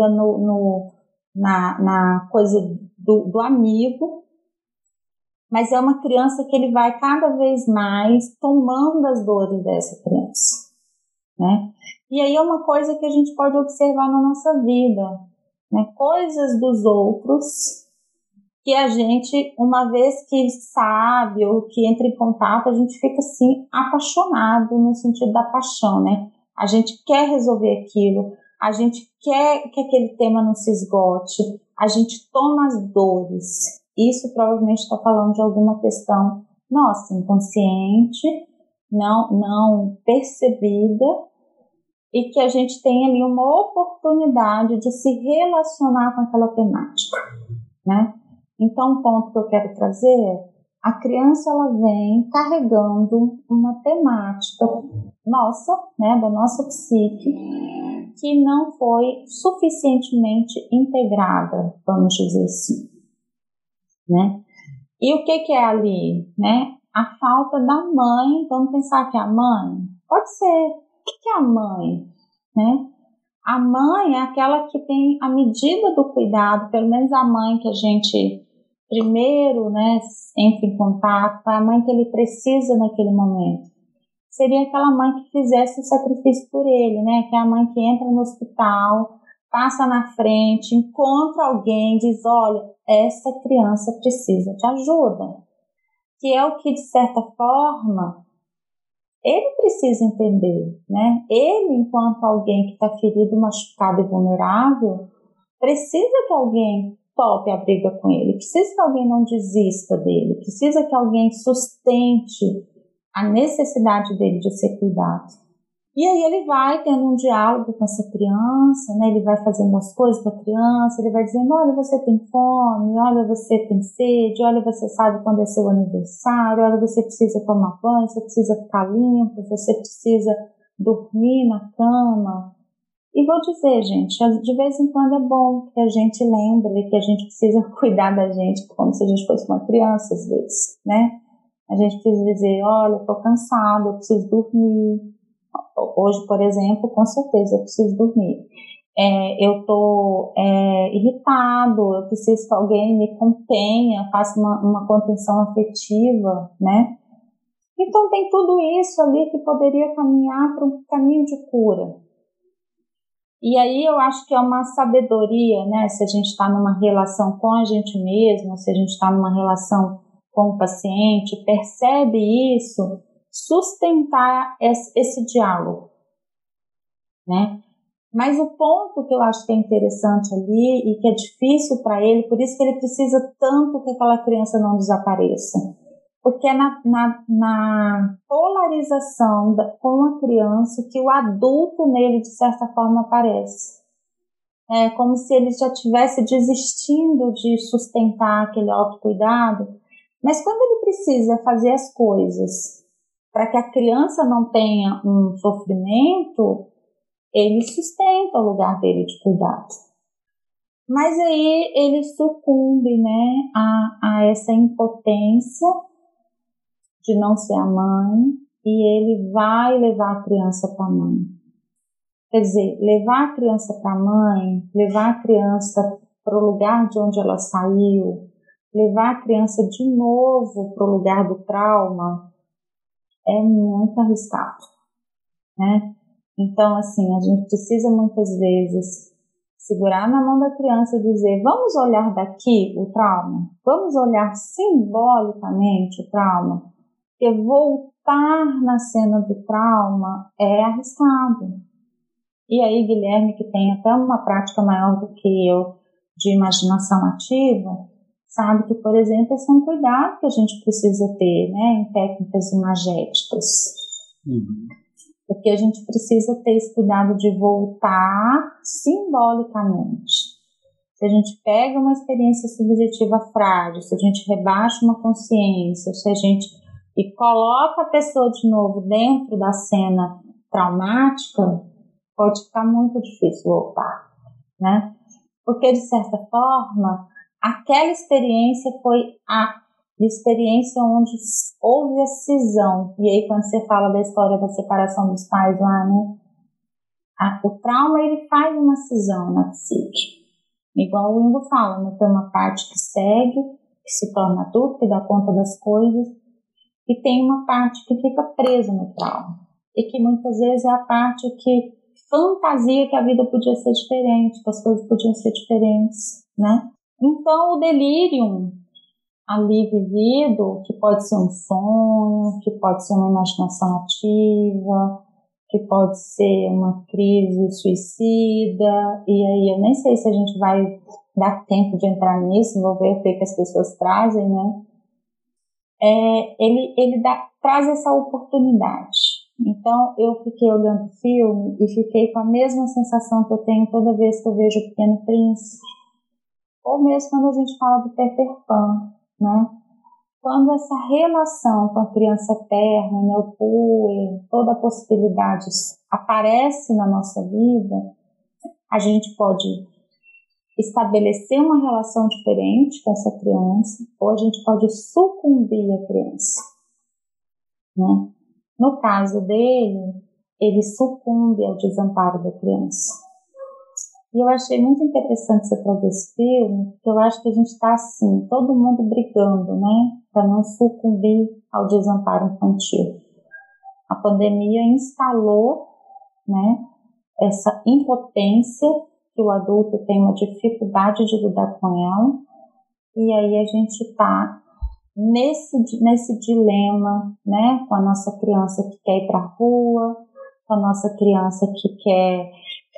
na coisa do amigo, mas é uma criança que ele vai cada vez mais tomando as dores dessa criança, né? E aí é uma coisa que a gente pode observar na nossa vida, né? Coisas dos outros que a gente, uma vez que sabe ou que entra em contato, a gente fica assim apaixonado no sentido da paixão, né? A gente quer resolver aquilo, a gente quer que aquele tema não se esgote, a gente toma as dores. Isso provavelmente está falando de alguma questão nossa, inconsciente, não percebida, e que a gente tem ali uma oportunidade de se relacionar com aquela temática, né? Então, um ponto que eu quero trazer é: a criança ela vem carregando uma temática nossa, né, da nossa psique, que não foi suficientemente integrada, vamos dizer assim, né? E o que é ali, né? A falta da mãe. Vamos pensar que a mãe pode ser. O que é a mãe, né? A mãe é aquela que tem a medida do cuidado, pelo menos a mãe que a gente primeiro, né, entra em contato, a mãe que ele precisa naquele momento. Seria aquela mãe que fizesse o sacrifício por ele, né? Que é a mãe que entra no hospital, passa na frente, encontra alguém, diz: olha, essa criança precisa de ajuda. Que é o que, de certa forma, ele precisa entender, né? Ele, enquanto alguém que está ferido, machucado e vulnerável, precisa que alguém tope a briga com ele, precisa que alguém não desista dele, precisa que alguém sustente a necessidade dele de ser cuidado. E aí ele vai tendo um diálogo com essa criança, né? Ele vai fazendo as coisas para a criança, ele vai dizendo: olha, você tem fome, olha, você tem sede, olha, você sabe quando é seu aniversário, olha, você precisa tomar banho, você precisa ficar limpo, você precisa dormir na cama. E vou dizer, gente, de vez em quando é bom que a gente lembre que a gente precisa cuidar da gente como se a gente fosse uma criança, às vezes, né? A gente precisa dizer: olha, eu tô cansado, eu preciso dormir. Hoje, por exemplo, com certeza eu preciso dormir. Eu tô irritado, eu preciso que alguém me contenha, faça uma contenção afetiva, né? Então tem tudo isso ali que poderia caminhar para um caminho de cura. E aí eu acho que é uma sabedoria, né? Se a gente está numa relação com a gente mesmo, se a gente está numa relação com o paciente, percebe isso, sustentar esse diálogo, né? Mas o ponto que eu acho que é interessante ali e que é difícil para ele, por isso que ele precisa tanto que aquela criança não desapareça, porque é na polarização com a criança que o adulto nele, de certa forma, aparece. É como se ele já estivesse desistindo de sustentar aquele autocuidado, mas quando ele precisa fazer as coisas para que a criança não tenha um sofrimento, ele sustenta o lugar dele de cuidado. Mas aí ele sucumbe, né, a essa impotência de não ser a mãe, e ele vai levar a criança para a mãe. Quer dizer, levar a criança para a mãe, levar a criança para o lugar de onde ela saiu, levar a criança de novo para o lugar do trauma, é muito arriscado, né? Então, assim, a gente precisa muitas vezes segurar na mão da criança e dizer, vamos olhar daqui o trauma, vamos olhar simbolicamente o trauma, porque voltar na cena do trauma é arriscado. E aí, Guilherme, que tem até uma prática maior do que eu de imaginação ativa, sabe que, por exemplo, esse é um cuidado que a gente precisa ter, né, em técnicas imagéticas. Porque a gente precisa ter esse cuidado de voltar simbolicamente. Se a gente pega uma experiência subjetiva frágil, se a gente rebaixa uma consciência, se a gente e coloca a pessoa de novo dentro da cena traumática, pode ficar muito difícil voltar, né? Porque, de certa forma, aquela experiência foi a experiência onde houve a cisão. E aí, quando você fala da história da separação dos pais lá, né? O trauma, ele faz uma cisão na psique. Igual o Ingo fala, né? Tem uma parte que segue, que se torna adulto, que dá conta das coisas, e tem uma parte que fica presa no trauma. E que muitas vezes é a parte que fantasia que a vida podia ser diferente, que as coisas podiam ser diferentes, né? Então, o delírio ali vivido, que pode ser um sonho, que pode ser uma imaginação ativa, que pode ser uma crise suicida, e aí eu nem sei se a gente vai dar tempo de entrar nisso, vou ver o que as pessoas trazem, né? Ele traz essa oportunidade. Então, eu fiquei olhando o filme e fiquei com a mesma sensação que eu tenho toda vez que eu vejo O Pequeno Príncipe, ou mesmo quando a gente fala do Peter Pan, né? Quando essa relação com a criança eterna, né, o puer, toda a possibilidade aparece na nossa vida, a gente pode estabelecer uma relação diferente com essa criança, ou a gente pode sucumbir à criança, né? No caso dele, ele sucumbe ao desamparo da criança. E eu achei muito interessante você trazer esse filme, porque eu acho que a gente está assim, todo mundo brigando, né, para não sucumbir ao desamparo infantil. A pandemia instalou, né, essa impotência que o adulto tem uma dificuldade de lidar com ela, e aí a gente está nesse dilema, né, com a nossa criança que quer ir para a rua, com a nossa criança que quer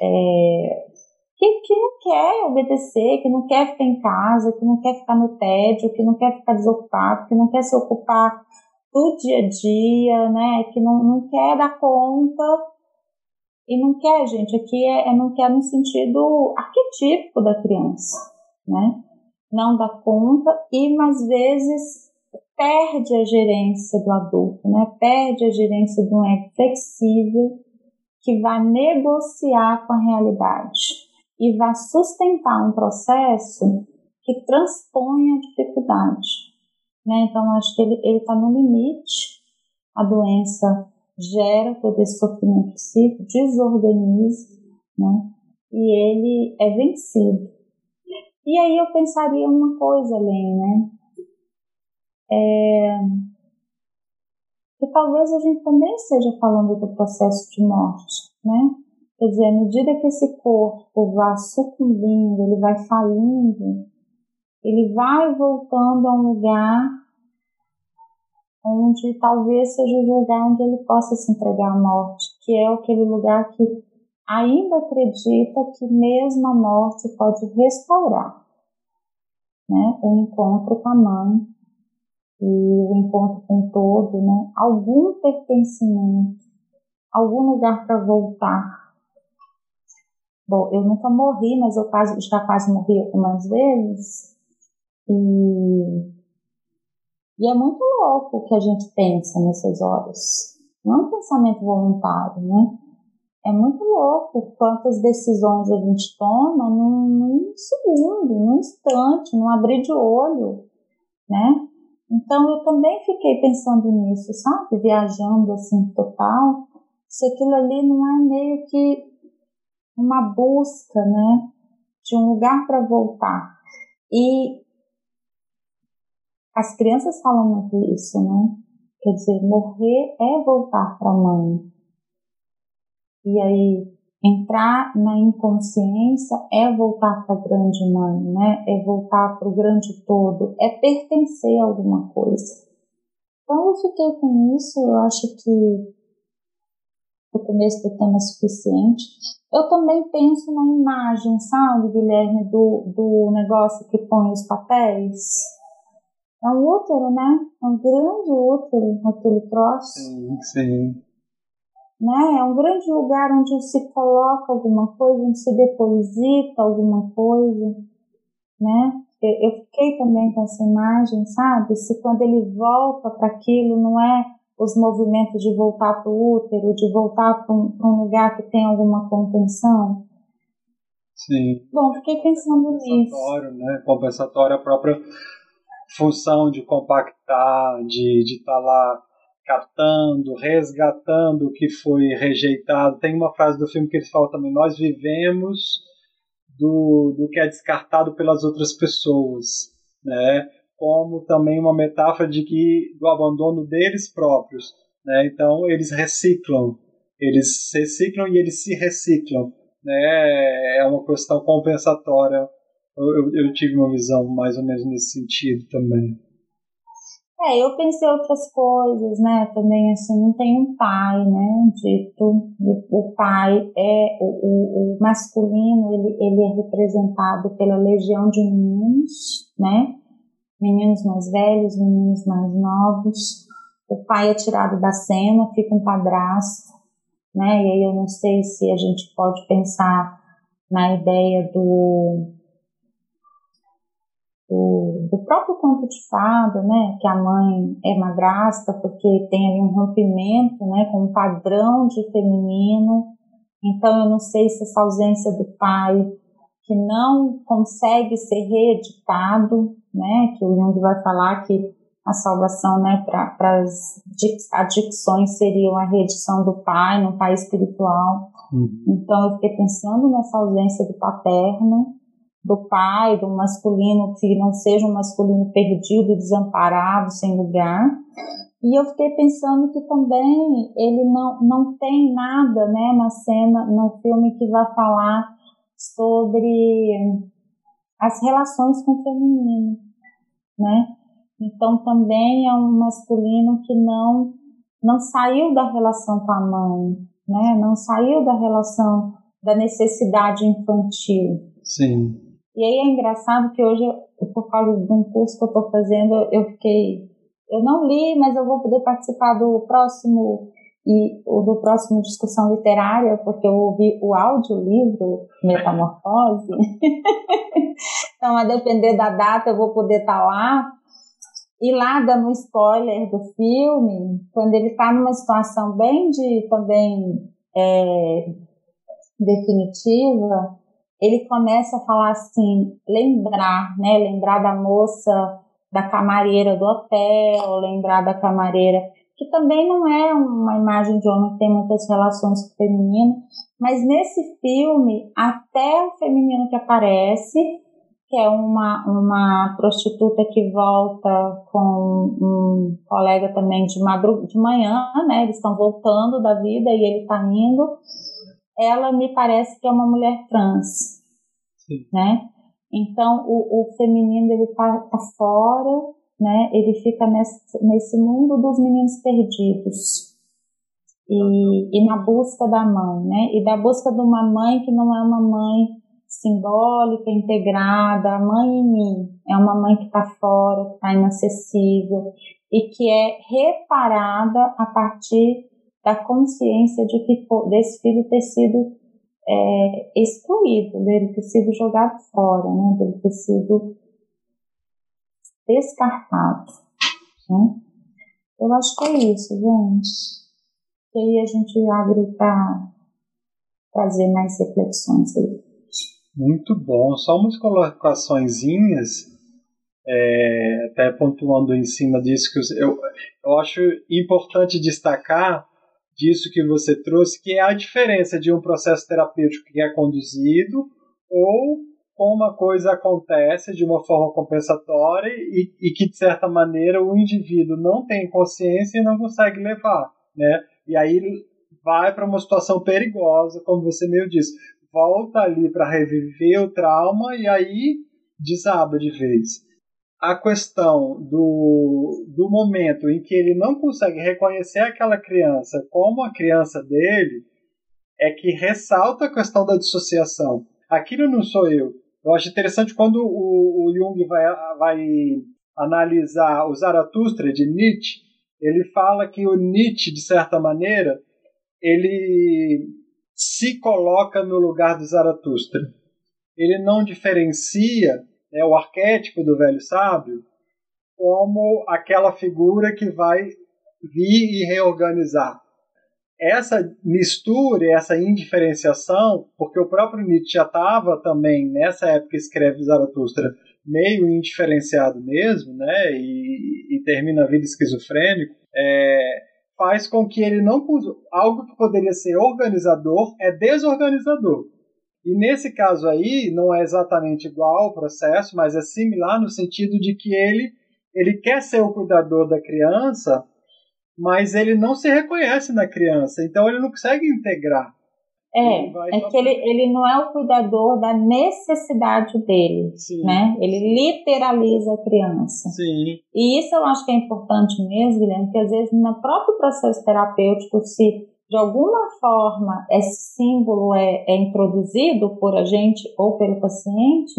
que não quer obedecer, que não quer ficar em casa, que não quer ficar no tédio, que não quer ficar desocupado, que não quer se ocupar do dia a dia, né, que não quer dar conta. E não quer, gente, aqui não quer no sentido arquetípico da criança, né? Não dá conta e, às vezes, perde a gerência do adulto, né? Perde a gerência de um ego flexível que vai negociar com a realidade e vai sustentar um processo que transpõe a dificuldade, né? Então, acho que ele está no limite, a doença gera todo esse sofrimento psíquico, desorganiza, né? E ele é vencido. E aí eu pensaria uma coisa além, né? Que talvez a gente também esteja falando do processo de morte, né? Quer dizer, à medida que esse corpo vai sucumbindo, ele vai falindo, ele vai voltando a um lugar onde talvez seja o lugar onde ele possa se entregar à morte, que é aquele lugar que ainda acredita que mesmo a morte pode restaurar, né, o encontro com a mãe e o encontro com o todo, né, algum pertencimento, algum lugar para voltar. Bom, eu nunca morri, mas eu já quase morri algumas vezes, e é muito louco o que a gente pensa nessas horas. Não é um pensamento voluntário, né? É muito louco quantas decisões a gente toma num segundo, num instante, num abrir de olho, né? Então eu também fiquei pensando nisso, sabe? Viajando assim total, se aquilo ali não é meio que uma busca, né? De um lugar para voltar. E as crianças falam muito isso, né? Quer dizer, morrer é voltar para a mãe. E aí, entrar na inconsciência é voltar para a grande mãe, né? É voltar para o grande todo, é pertencer a alguma coisa. Então eu fiquei com isso, eu acho que o começo do tema é suficiente. Eu também penso na imagem, sabe, Guilherme, do negócio que põe os papéis. É um útero, né? É um grande útero, aquele troço. Sim, sim. Né? É um grande lugar onde se coloca alguma coisa, onde se deposita alguma coisa, né? Eu fiquei também com essa imagem, sabe? Se quando ele volta para aquilo, não é os movimentos de voltar para o útero, de voltar para um lugar que tem alguma contenção. Sim. Bom, fiquei pensando nisso. Né? Compensatório, a própria função de compactar, de estar lá catando, resgatando o que foi rejeitado. Tem uma frase do filme que ele fala também: nós vivemos do que é descartado pelas outras pessoas, né? Como também uma metáfora do abandono deles próprios, né? Então eles reciclam e eles se reciclam, né? É uma questão compensatória. Eu tive uma visão mais ou menos nesse sentido também. Eu pensei outras coisas, né, também, assim, não tem um pai, né, dito, o pai o masculino, ele é representado pela legião de meninos, né, meninos mais velhos, meninos mais novos, o pai é tirado da cena, fica um padrasto, né, e aí eu não sei se a gente pode pensar na ideia do próprio conto de fada, né, que a mãe é madrasta porque tem ali um rompimento, né, com um padrão de feminino. Então eu não sei se essa ausência do pai que não consegue ser reeditado, né, que o Jung vai falar que a salvação, né, para as adicções seriam a reedição do pai no pai espiritual. Então eu fiquei pensando nessa ausência do paterno, do pai, do masculino que não seja um masculino perdido, desamparado, sem lugar. E eu fiquei pensando que também ele não tem nada, né, na cena, no filme que vai falar sobre as relações com o feminino, né? Então também é um masculino que não saiu da relação com a mãe, né? Não saiu da relação da necessidade infantil. Sim. E aí é engraçado que hoje, por causa de um curso que eu estou fazendo, eu não li, mas eu vou poder participar do próximo discussão literária, porque eu ouvi o audiolivro Metamorfose. Então, a depender da data, eu vou poder estar lá. E lá, dando um spoiler do filme, quando ele está numa situação bem definitiva, ele começa a falar assim, lembrar da moça, da camareira do hotel, lembrar da camareira, que também não é uma imagem de homem que tem muitas relações com o feminino, mas nesse filme, até o feminino que aparece, que é uma prostituta que volta com um colega também de manhã, né, eles estão voltando da vida e ele está indo, ela me parece que é uma mulher trans, né? Então o feminino ele tá fora né, ele fica nesse mundo dos meninos perdidos e na busca da mãe, né, e da busca de uma mãe que não é uma mãe simbólica, integrada, a mãe em mim, é uma mãe que está fora, que está inacessível e que é reparada a partir da consciência de que desse filho ter sido excluído, dele ter sido jogado fora, né, dele ter sido descartado, né? Eu acho que é isso, gente. E aí a gente abre para fazer mais reflexões aí. Muito bom. Só umas colocaçõezinhas, até pontuando em cima disso, que eu acho importante destacar disso que você trouxe, que é a diferença de um processo terapêutico que é conduzido ou como a coisa acontece de uma forma compensatória e que, de certa maneira, o indivíduo não tem consciência e não consegue levar, né? E aí vai para uma situação perigosa, como você mesmo disse. Volta ali para reviver o trauma e aí desaba de vez. A questão do momento em que ele não consegue reconhecer aquela criança como a criança dele é que ressalta a questão da dissociação. Aquilo não sou eu. Eu acho interessante quando o Jung vai analisar o Zaratustra de Nietzsche, ele fala que o Nietzsche, de certa maneira, ele se coloca no lugar do Zaratustra. Ele não diferencia o arquétipo do velho sábio como aquela figura que vai vir e reorganizar. Essa mistura, essa indiferenciação, porque o próprio Nietzsche já estava também, nessa época que escreve Zaratustra, meio indiferenciado mesmo, né, e termina a vida esquizofrênico, faz com que ele não... Algo que poderia ser organizador é desorganizador. E nesse caso aí, não é exatamente igual ao processo, mas é similar no sentido de que ele quer ser o cuidador da criança, mas ele não se reconhece na criança, então ele não consegue integrar. Que ele não é o cuidador da necessidade dele, sim, né? Ele literaliza a criança. Sim. E isso eu acho que é importante mesmo, Guilherme, porque às vezes no próprio processo terapêutico, se de alguma forma esse símbolo é introduzido por a gente ou pelo paciente,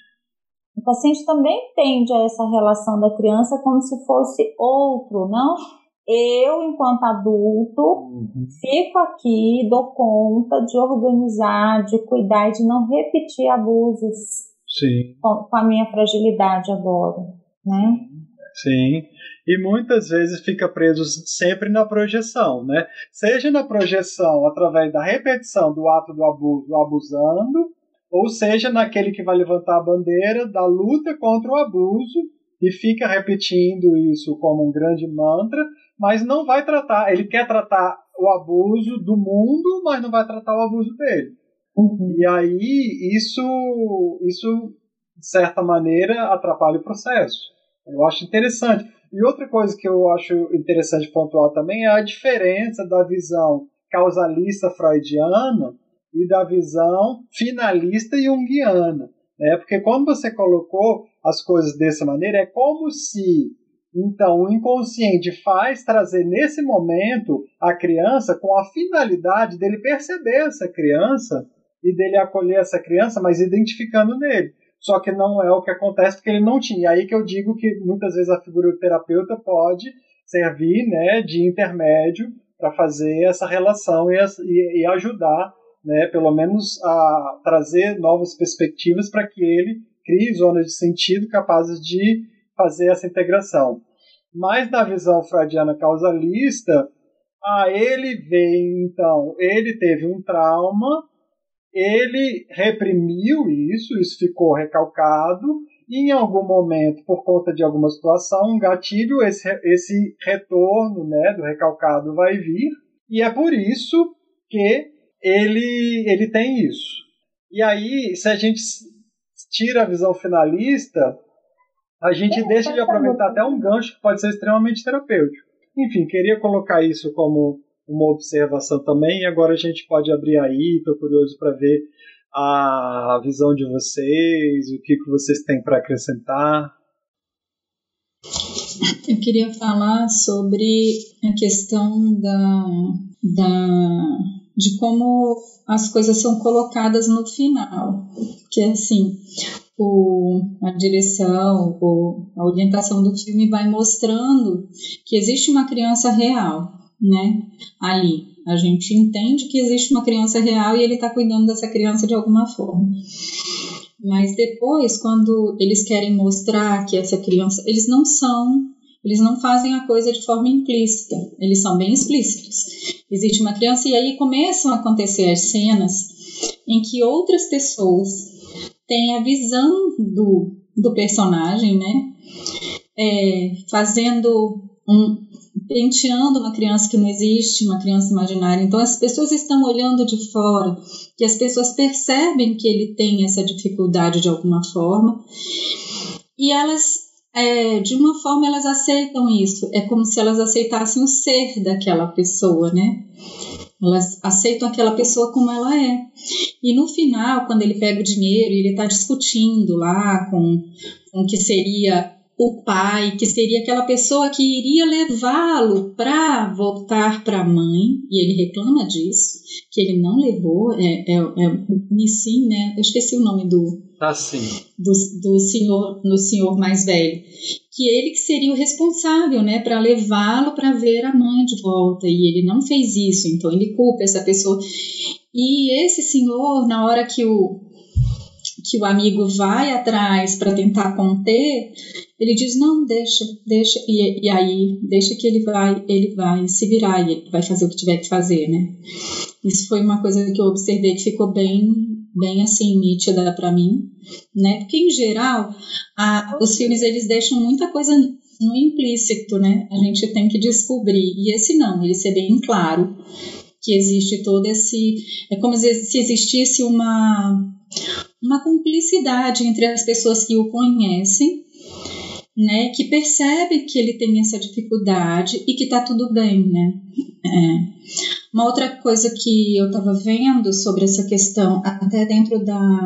o paciente também tende a essa relação da criança como se fosse outro, não? Eu, enquanto adulto, fico aqui, dou conta de organizar, de cuidar e de não repetir abusos. Sim. Com a minha fragilidade agora, né? Sim, e muitas vezes fica preso sempre na projeção, né? Seja na projeção através da repetição do ato do abuso, abusando, ou seja naquele que vai levantar a bandeira da luta contra o abuso e fica repetindo isso como um grande mantra, mas não vai tratar, ele quer tratar o abuso do mundo, mas não vai tratar o abuso dele. E aí isso, de certa maneira, atrapalha o processo. Eu acho interessante. E outra coisa que eu acho interessante pontuar também é a diferença da visão causalista freudiana e da visão finalista junguiana. Porque quando você colocou as coisas dessa maneira, é como se, então, o inconsciente faz trazer nesse momento a criança com a finalidade dele perceber essa criança e dele acolher essa criança, mas identificando nele. Só que não é o que acontece porque ele não tinha. E aí que eu digo que muitas vezes a figura do terapeuta pode servir, né, de intermédio para fazer essa relação e ajudar, né, pelo menos a trazer novas perspectivas para que ele crie zonas de sentido capazes de fazer essa integração. Mas na visão freudiana causalista, ele vem, então, ele teve um trauma, ele reprimiu isso ficou recalcado, e em algum momento, por conta de alguma situação, um gatilho, esse retorno, né, do recalcado vai vir, e é por isso que ele tem isso. E aí, se a gente tira a visão finalista, a gente deixa de aproveitar até um gancho que pode ser extremamente terapêutico. Enfim, queria colocar isso como uma observação também, e agora a gente pode abrir aí, estou curioso para ver a visão de vocês, o que vocês têm para acrescentar. Eu queria falar sobre a questão de como as coisas são colocadas no final. Porque, assim, a direção, a orientação do filme vai mostrando que existe uma criança real, né, ali. A gente entende que existe uma criança real e ele está cuidando dessa criança de alguma forma. Mas depois, quando eles querem mostrar que essa criança... Eles não fazem a coisa de forma implícita. Eles são bem explícitos. Existe uma criança e aí começam a acontecer as cenas em que outras pessoas têm a visão do personagem, né? Penteando uma criança que não existe, uma criança imaginária. Então as pessoas estão olhando de fora, que as pessoas percebem que ele tem essa dificuldade de alguma forma, e elas, de uma forma, elas aceitam isso. É como se elas aceitassem o ser daquela pessoa, né? Elas aceitam aquela pessoa como ela é. E no final, quando ele pega o dinheiro e ele está discutindo lá com o que seria o pai, que seria aquela pessoa que iria levá-lo para voltar para a mãe, e ele reclama disso, que ele não levou, Nissim, né? Eu esqueci o nome do senhor mais velho, que ele que seria o responsável, né, para levá-lo para ver a mãe de volta, e ele não fez isso, então ele culpa essa pessoa. E esse senhor, na hora que o amigo vai atrás para tentar conter, ele diz, não, deixa, e aí deixa que ele vai se virar, e ele vai fazer o que tiver que fazer, né? Isso foi uma coisa que eu observei que ficou bem assim, nítida para mim, né? Porque em geral, os filmes eles deixam muita coisa no implícito, né? A gente tem que descobrir, e esse não, ele ser bem claro, que existe todo esse... É como se existisse uma cumplicidade entre as pessoas que o conhecem, né, que percebem que ele tem essa dificuldade e que está tudo bem, né? Uma outra coisa que eu estava vendo sobre essa questão, até dentro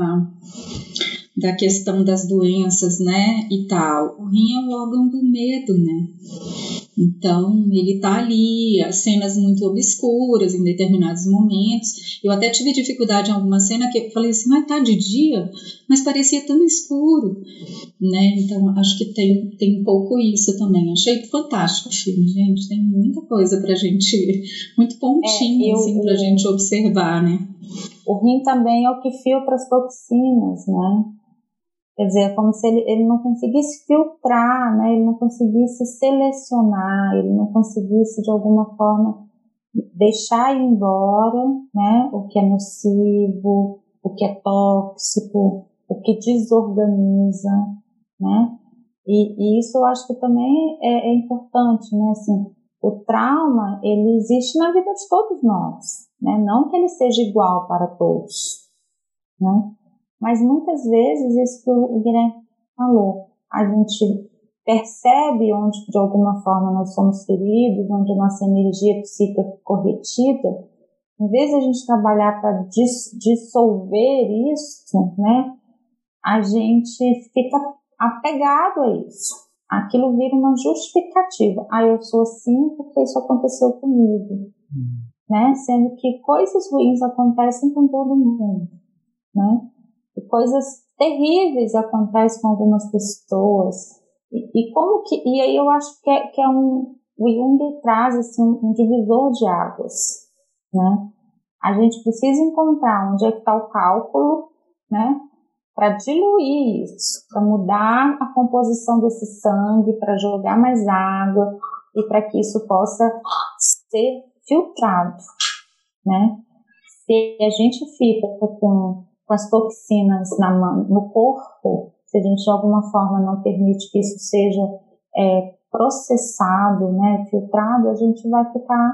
da questão das doenças, né, e tal, o rim é um órgão do medo, né? Então, ele tá ali, as cenas muito obscuras em determinados momentos. Eu até tive dificuldade em alguma cena que eu falei assim, mas tá de dia, mas parecia tão escuro, né? Então, acho que tem um pouco isso também. Achei fantástico o filme, gente. Tem muita coisa pra gente, muito pontinho, assim, pra gente observar, né? O rim também é o que filtra as toxinas, né? Quer dizer, é como se ele não conseguisse filtrar, né? Ele não conseguisse selecionar, ele não conseguisse, de alguma forma, deixar ir embora, né? O que é nocivo, o que é tóxico, o que desorganiza, né? E isso eu acho que também é importante, né? Assim, o trauma, ele existe na vida de todos nós, né? Não que ele seja igual para todos, né? Mas muitas vezes, isso que o Guilherme falou, a gente percebe onde de alguma forma nós somos feridos, onde a nossa energia psíquica ficou retida. Em vez de a gente trabalhar para dissolver isso, né, a gente fica apegado a isso. Aquilo vira uma justificativa. Eu sou assim porque isso aconteceu comigo. Né? Sendo que coisas ruins acontecem com todo mundo, né? E coisas terríveis acontecem com algumas pessoas. E aí eu acho que o Jung traz assim, um divisor de águas, né? A gente precisa encontrar onde é que está o cálculo, né? Para diluir isso, para mudar a composição desse sangue, para jogar mais água e para que isso possa ser filtrado, né? Se a gente fica com as toxinas no corpo, se a gente de alguma forma não permite que isso seja processado, né, filtrado, a gente vai ficar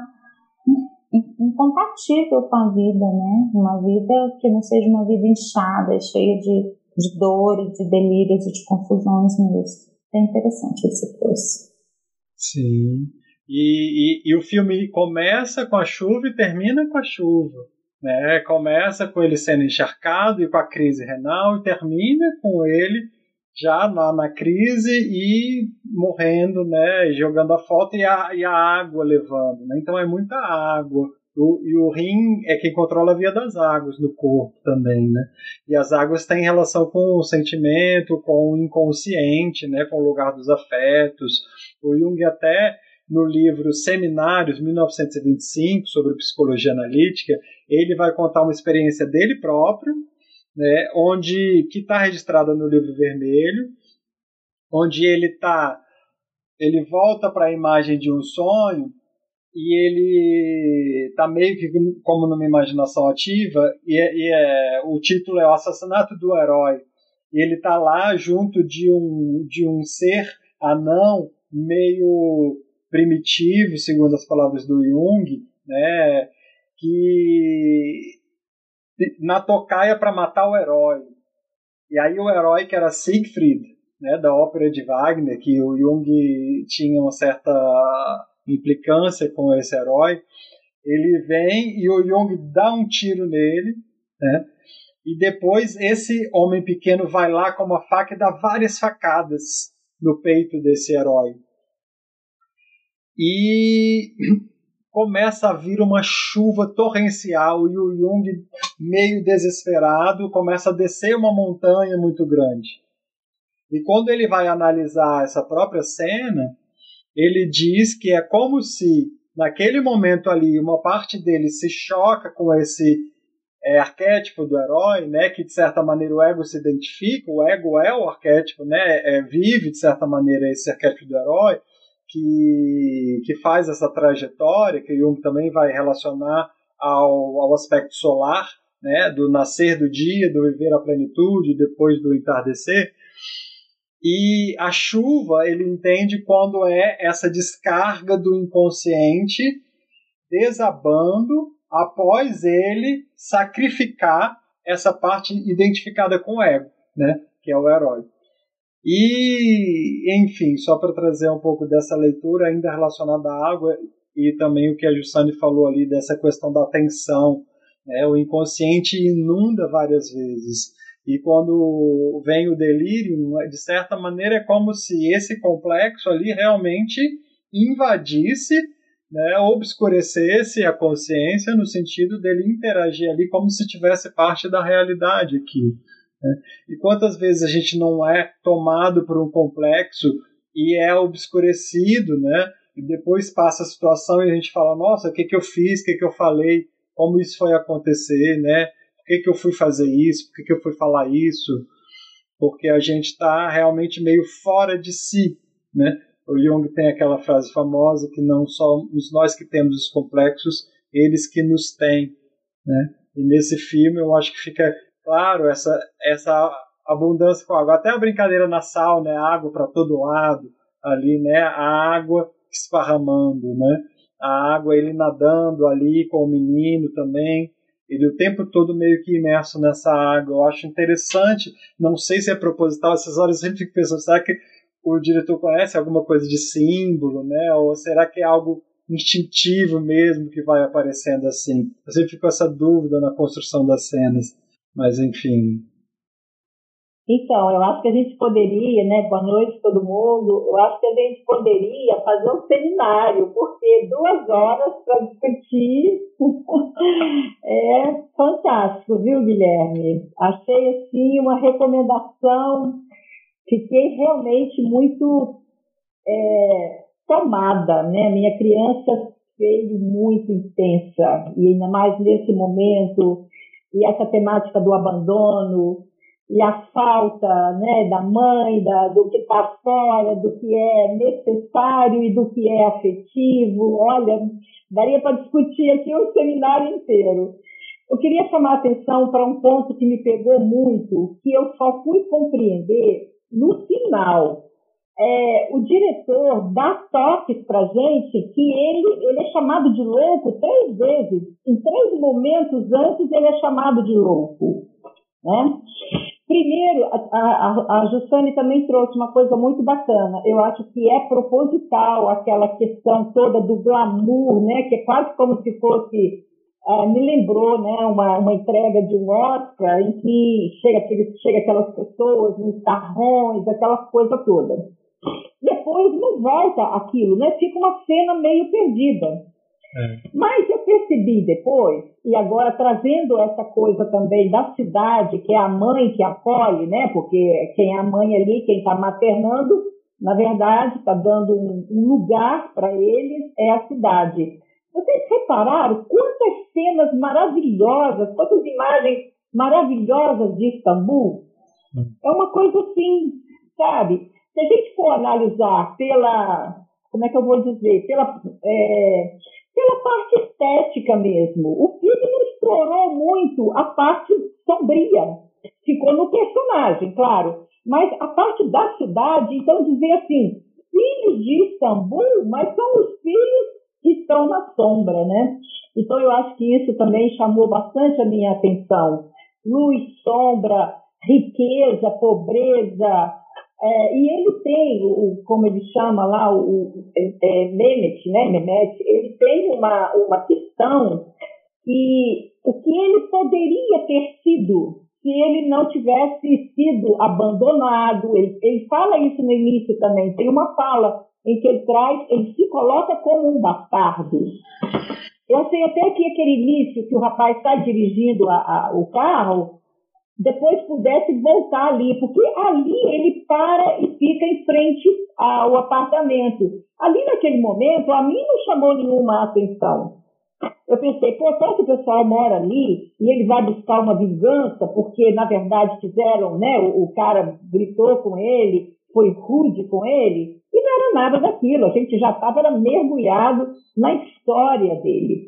incompatível com a vida, né? Uma vida que não seja uma vida inchada, cheia de dores, de delírios e de confusões mesmo. É interessante esse coisa. Sim. E o filme começa com a chuva e termina com a chuva. Né? Começa com ele sendo encharcado e com a crise renal e termina com ele já na crise e morrendo, né, jogando a foto e a água levando, né? Então é muita água. E o rim é quem controla a via das águas no corpo também, né? E as águas têm relação com o sentimento, com o inconsciente, né? Com o lugar dos afetos. O Jung até no livro Seminários, 1925, sobre psicologia analítica, ele vai contar uma experiência dele próprio, né? Que está registrada no livro vermelho, onde ele volta para a imagem de um sonho e ele está meio que como numa imaginação ativa, o título é O Assassinato do Herói, e ele está lá junto de um ser anão meio primitivo, segundo as palavras do Jung, né, que na tocaia para matar o herói. E aí o herói, que era Siegfried, né, da ópera de Wagner, que o Jung tinha uma certa implicância com esse herói, ele vem e o Jung dá um tiro nele, né? E depois esse homem pequeno vai lá com uma faca e dá várias facadas no peito desse herói. E começa a vir uma chuva torrencial e o Jung, meio desesperado, começa a descer uma montanha muito grande. E quando ele vai analisar essa própria cena, ele diz que é como se, naquele momento ali, uma parte dele se choca com esse arquétipo do herói, né, que de certa maneira o ego se identifica, o ego é o arquétipo, né, vive de certa maneira esse arquétipo do herói, que faz essa trajetória, que Jung também vai relacionar ao aspecto solar, né, do nascer do dia, do viver a plenitude, depois do entardecer. E a chuva, ele entende quando é essa descarga do inconsciente desabando após ele sacrificar essa parte identificada com o ego, né, que é o herói. E, enfim, só para trazer um pouco dessa leitura ainda relacionada à água e também o que a Jussane falou ali dessa questão da atenção, né, o inconsciente inunda várias vezes. E quando vem o delírio, de certa maneira é como se esse complexo ali realmente invadisse, né, obscurecesse a consciência no sentido dele interagir ali como se tivesse parte da realidade aqui. Né? E quantas vezes a gente não é tomado por um complexo e é obscurecido, né, e depois passa a situação e a gente fala, nossa, o que eu fiz, o que eu falei, como isso foi acontecer, né? Por que eu fui fazer isso? Por que eu fui falar isso? Porque a gente está realmente meio fora de si, né? O Jung tem aquela frase famosa que não somos nós que temos os complexos, eles que nos têm, né? E nesse filme eu acho que fica claro essa abundância com água. Até a brincadeira na sauna, né? Água para todo lado, ali, né? A água esparramando, né? A água, ele nadando ali com o menino também. Ele o tempo todo meio que imerso nessa água. Eu acho interessante, não sei se é proposital, essas horas eu sempre fico pensando, será que o diretor conhece alguma coisa de símbolo, né? Ou será que é algo instintivo mesmo que vai aparecendo assim? Eu sempre fico com essa dúvida na construção das cenas, mas enfim. Então, eu acho que a gente poderia, né, boa noite todo mundo, eu acho que a gente poderia fazer um seminário, porque 2 horas para discutir é fantástico, viu, Guilherme? Achei, assim, uma recomendação, fiquei realmente muito tomada, né? Minha criança fez muito intensa, e ainda mais nesse momento, e essa temática do abandono, e a falta, né, da mãe, do que está fora, do que é necessário e do que é afetivo. Olha, daria para discutir aqui um seminário inteiro. Eu queria chamar a atenção para um ponto que me pegou muito, que eu só fui compreender no final. O diretor dá toques para a gente que ele é chamado de louco 3 vezes. Em 3 momentos antes ele é chamado de louco, né? Primeiro, a Jussane também trouxe uma coisa muito bacana. Eu acho que é proposital aquela questão toda do glamour, né? Que é quase como se fosse me lembrou, né, uma entrega de um Oscar em que chega aquelas pessoas nos tarrões, aquela coisa toda. Depois não volta aquilo, né? Fica uma cena meio perdida. Mas eu percebi depois, e agora trazendo essa coisa também da cidade, que é a mãe que acolhe, né? Porque quem é a mãe ali, quem está maternando, na verdade, está dando um lugar para eles, é a cidade. Vocês repararam quantas cenas maravilhosas, quantas imagens maravilhosas de Istambul? É uma coisa assim, sabe? Se a gente for analisar como é que eu vou dizer, pela parte estética mesmo, o filme não explorou muito a parte sombria. Ficou no personagem, claro. Mas a parte da cidade, então dizer assim, filhos de Istambul, mas são os filhos que estão na sombra, né? Então eu acho que isso também chamou bastante a minha atenção. Luz, sombra, riqueza, pobreza. E ele tem, como ele chama lá, Mehmet, né? Mehmet, ele tem uma questão que o que ele poderia ter sido se ele não tivesse sido abandonado. Ele fala isso no início também. Tem uma fala em que ele se coloca como um bastardo. Eu achei até que aquele início que o rapaz está dirigindo o carro, depois pudesse voltar ali, porque ali ele para e fica em frente ao apartamento. Ali naquele momento, a mim não chamou nenhuma atenção. Eu pensei, será que o pessoal mora ali e ele vai buscar uma vingança, porque na verdade fizeram, né? O cara gritou com ele, foi rude com ele, e não era nada daquilo. A gente já estava mergulhado na história dele.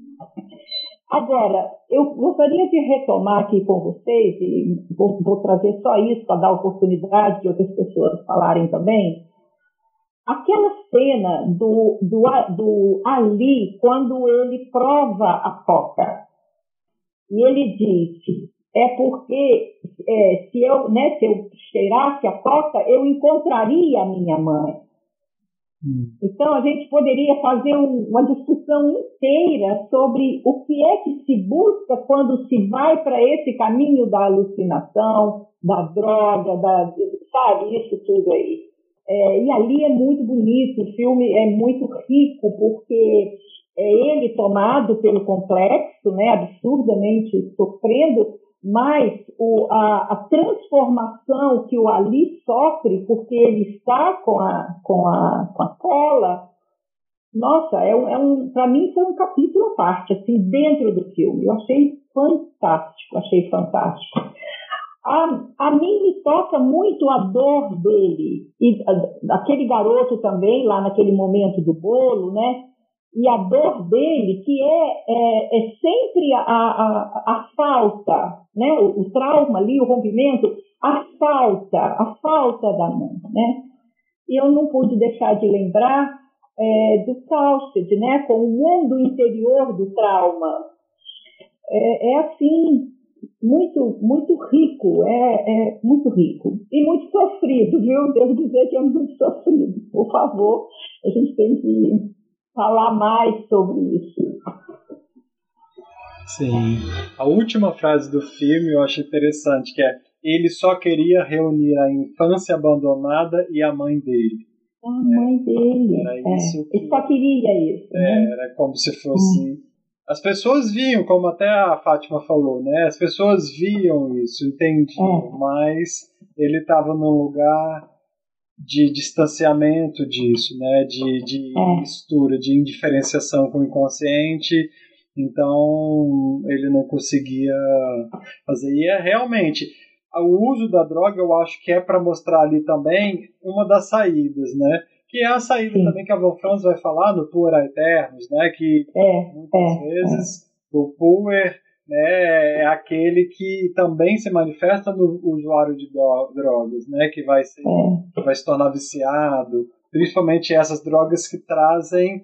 Agora, eu gostaria de retomar aqui com vocês, e vou trazer só isso para dar oportunidade de outras pessoas falarem também, aquela cena do Ali, quando ele prova a coca, e ele diz, porque se eu cheirasse a coca, eu encontraria a minha mãe. Então, a gente poderia fazer uma discussão inteira sobre o que é que se busca quando se vai para esse caminho da alucinação, da droga, sabe, isso tudo aí. E ali é muito bonito, o filme é muito rico, porque é ele tomado pelo complexo, né, absurdamente sofrendo, mas a transformação que o Ali sofre, porque ele está com a cola, nossa, para mim foi um capítulo à parte, assim, dentro do filme. Eu achei fantástico. A mim me toca muito a dor dele, e aquele garoto também, lá naquele momento do bolo, né? E a dor dele, que é sempre a falta, né? O trauma ali, o rompimento, a falta da mãe, né? E eu não pude deixar de lembrar do Fawcett, né? Com o mundo interior do trauma. Assim, muito, muito rico, muito rico. E muito sofrido, viu? Devo dizer que é muito sofrido. Por favor, a gente tem que falar mais sobre isso. Sim. A última frase do filme eu achei interessante, que é: ele só queria reunir a infância abandonada e a mãe dele. A mãe dele. Era isso ele só queria isso. Né? Era como se fosse... As pessoas viam, como até a Fátima falou, né? As pessoas viam isso, entendiam, mas ele estava num lugar de distanciamento disso, né? De mistura, de indiferenciação com o inconsciente. Então ele não conseguia fazer. E realmente o uso da droga, eu acho que é para mostrar ali também uma das saídas, né? Que é a saída também que a Von Franz vai falar no Puer Aeternus, né? Que muitas vezes o Puer, né, é aquele que também se manifesta no usuário de drogas, né? Que vai se tornar viciado, principalmente essas drogas que trazem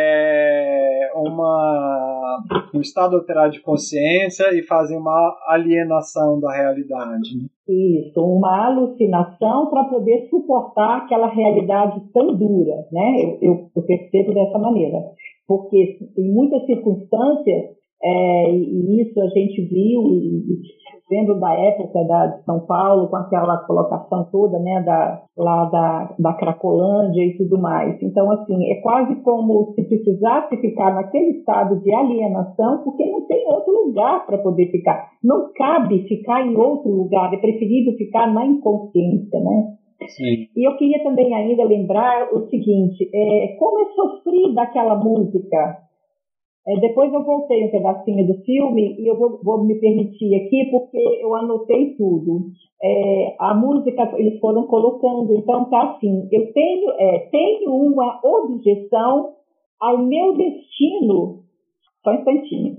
um estado alterado de consciência e fazem uma alienação da realidade. Isso, uma alucinação para poder suportar aquela realidade tão dura, né? Eu percebo dessa maneira, porque em muitas circunstâncias E isso a gente viu, e lembro da época de São Paulo, com aquela colocação toda, né, da Cracolândia e tudo mais. Então, assim, é quase como se precisasse ficar naquele estado de alienação, porque não tem outro lugar para poder ficar. Não cabe ficar em outro lugar, é preferível ficar na inconsciência, né? Sim. E eu queria também ainda lembrar o seguinte, como é sofrida aquela música. Depois eu voltei um pedacinho do filme e eu vou me permitir aqui porque eu anotei tudo. A música eles foram colocando, então tá assim, eu tenho uma objeção ao meu destino, só um instantinho,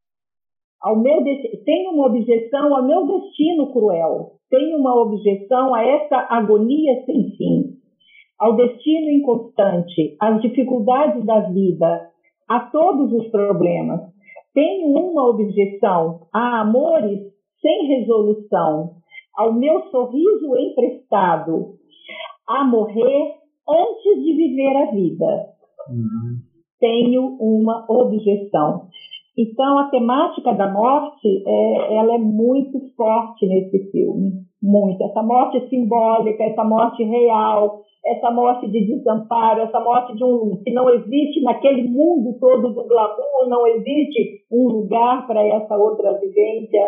tenho uma objeção ao meu destino cruel, tenho uma objeção a essa agonia sem fim, ao destino inconstante, às dificuldades da vida, a todos os problemas. Tenho uma objeção a amores sem resolução, ao meu sorriso emprestado, a morrer antes de viver a vida. Tenho uma objeção. Então, a temática da morte, ela é muito forte nesse filme. Muito. Essa morte simbólica, essa morte real, essa morte de desamparo, essa morte que não existe naquele mundo todo do glamour, não existe um lugar para essa outra vivência,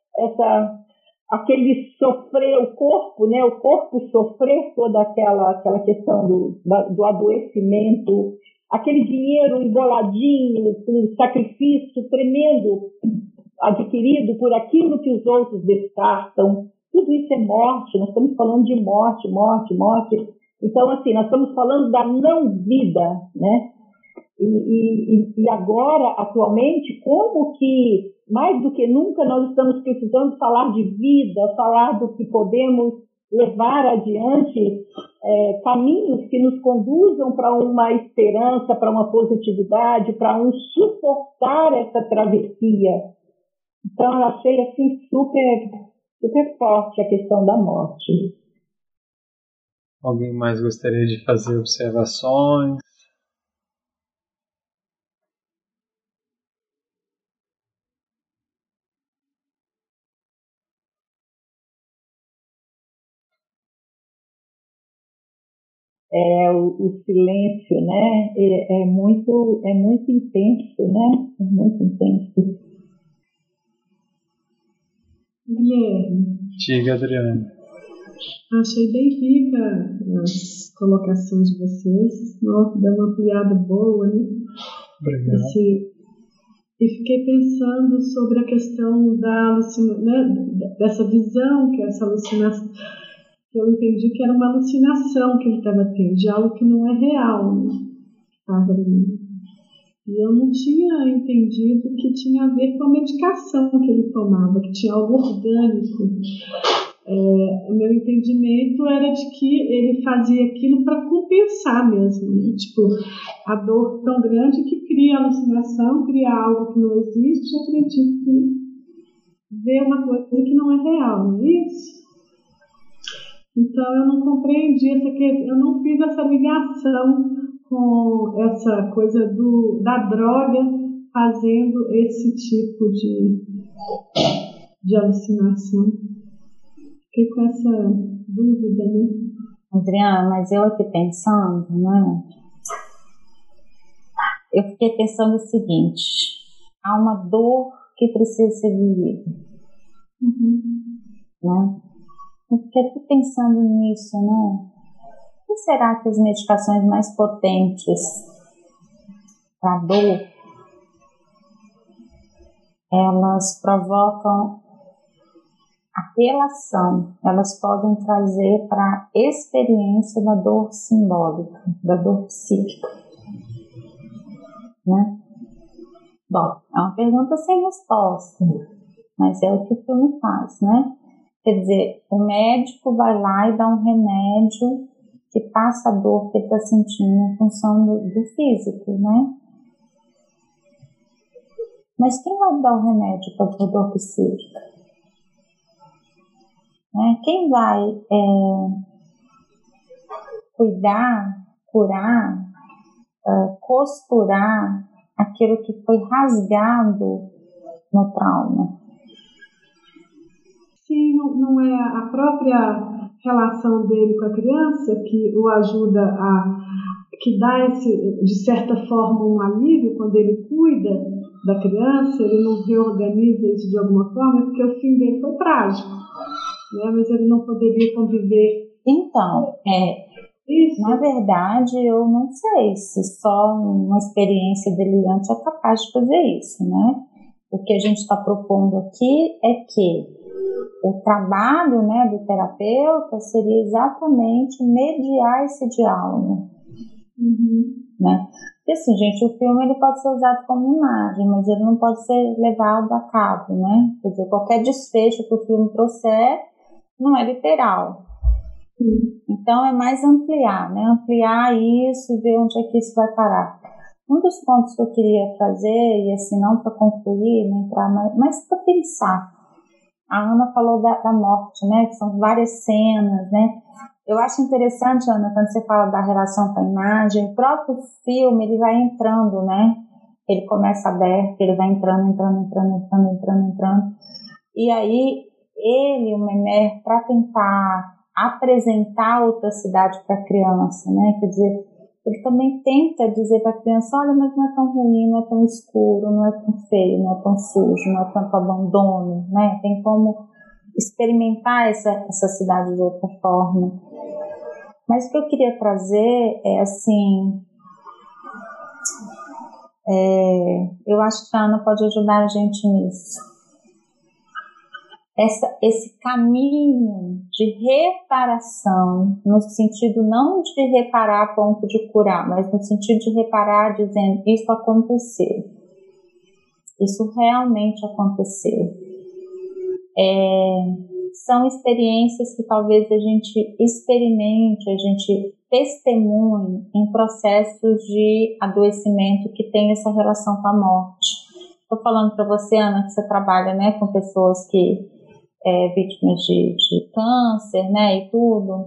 aquele sofrer, o corpo, né? O corpo sofrer toda aquela questão do adoecimento, aquele dinheiro emboladinho, um sacrifício tremendo adquirido por aquilo que os outros descartam. Tudo isso é morte, nós estamos falando de morte, morte, morte. Então, assim, nós estamos falando da não-vida, né? E agora, atualmente, como que, mais do que nunca, nós estamos precisando falar de vida, falar do que podemos levar adiante, caminhos que nos conduzam para uma esperança, para uma positividade, para suportar essa travessia. Então, eu achei, assim, super forte a questão da morte. Alguém mais gostaria de fazer observações? O silêncio, né? É muito intenso, né? É muito intenso. Guilherme. Diga, Adriana. Achei bem rica as colocações de vocês. Nossa, deu uma piada boa, né? Obrigado. E fiquei pensando sobre a questão dessa visão, que essa alucinação, que eu entendi que era uma alucinação que ele estava tendo, de algo que não é real, né? Estava ali. E eu não tinha entendido que tinha a ver com a medicação que ele tomava, que tinha algo orgânico. O meu entendimento era de que ele fazia aquilo para compensar mesmo, né? Tipo, a dor tão grande que cria alucinação, cria algo que não existe, e acredito que vê uma coisa que não é real, não é isso? Então eu não compreendi eu não fiz essa ligação com essa coisa da droga fazendo esse tipo de alucinação. Fiquei com essa dúvida, né? Adriana, mas eu aqui pensando, né? Eu fiquei pensando o seguinte: há uma dor que precisa ser vivida, né? Eu fiquei aqui pensando nisso, né? O que será que as medicações mais potentes para dor, elas provocam apelação, elas podem trazer para a experiência da dor simbólica, da dor psíquica, né? Bom, é uma pergunta sem resposta, mas é o que o filme faz, né? Quer dizer, o médico vai lá e dá um remédio que passa a dor que ele está sentindo em função do físico, né? Mas quem vai dar o remédio para a dor psíquica? Quem vai cuidar, curar, costurar aquilo que foi rasgado no trauma. Sim, não é a própria relação dele com a criança que o ajuda que dá de certa forma um alívio quando ele cuida da criança, ele não reorganiza isso de alguma forma, porque o fim dele foi trágico, né? Mas ele não poderia conviver. Então, isso. Na verdade, eu não sei se só uma experiência delirante é capaz de fazer isso, né? O que a gente está propondo aqui é que o trabalho, né, do terapeuta seria exatamente mediar esse diálogo. Né? Porque assim, gente, o filme ele pode ser usado como imagem, mas ele não pode ser levado a cabo, né? Quer dizer, qualquer desfecho que o filme trouxer não é literal. Então é mais ampliar, né? Ampliar isso e ver onde é que isso vai parar. Um dos pontos que eu queria trazer, e assim, não para concluir, nem para, mas para pensar. A Ana falou da morte, né? Que são várias cenas, né? Eu acho interessante, Ana, quando você fala da relação com a imagem, o próprio filme, ele vai entrando, né? Ele começa aberto, ele vai entrando. E aí, ele, o Memer, para tentar apresentar outra cidade para a criança, né? Quer dizer, ele também tenta dizer para a criança, olha, mas não é tão ruim, não é tão escuro, não é tão feio, não é tão sujo, não é tanto abandono, né? Tem como experimentar essa cidade de outra forma. Mas o que eu queria trazer é assim, eu acho que a Ana pode ajudar a gente nisso. Esse caminho de reparação, no sentido não de reparar a ponto de curar, mas no sentido de reparar dizendo, isso aconteceu. Isso realmente aconteceu. São experiências que talvez a gente experimente, a gente testemunhe em processos de adoecimento que tem essa relação com a morte. Estou falando para você, Ana, que você trabalha, né, com pessoas que vítimas de câncer, né, e tudo.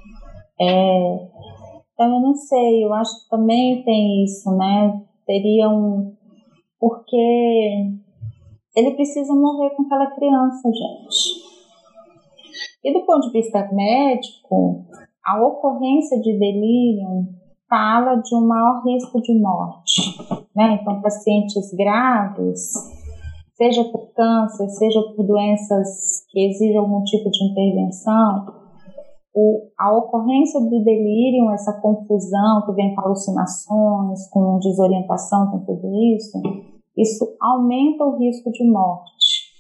Então eu não sei, eu acho que também tem isso, né, teria porque ele precisa morrer com aquela criança, gente. E do ponto de vista médico, a ocorrência de delírio fala de um maior risco de morte, né? Então, pacientes graves, seja por câncer, seja por doenças que exigem algum tipo de intervenção, a ocorrência do delírio, essa confusão que vem com alucinações, com desorientação, com tudo isso aumenta o risco de morte,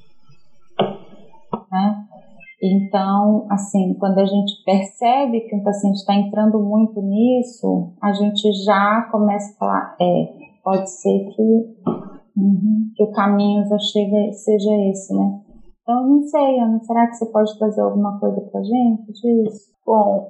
né? Então, assim, quando a gente percebe que um paciente está entrando muito nisso, a gente já começa a falar, pode ser que o caminho já seja esse, né? Então, eu não sei, Ana, será que você pode trazer alguma coisa pra gente disso? Bom,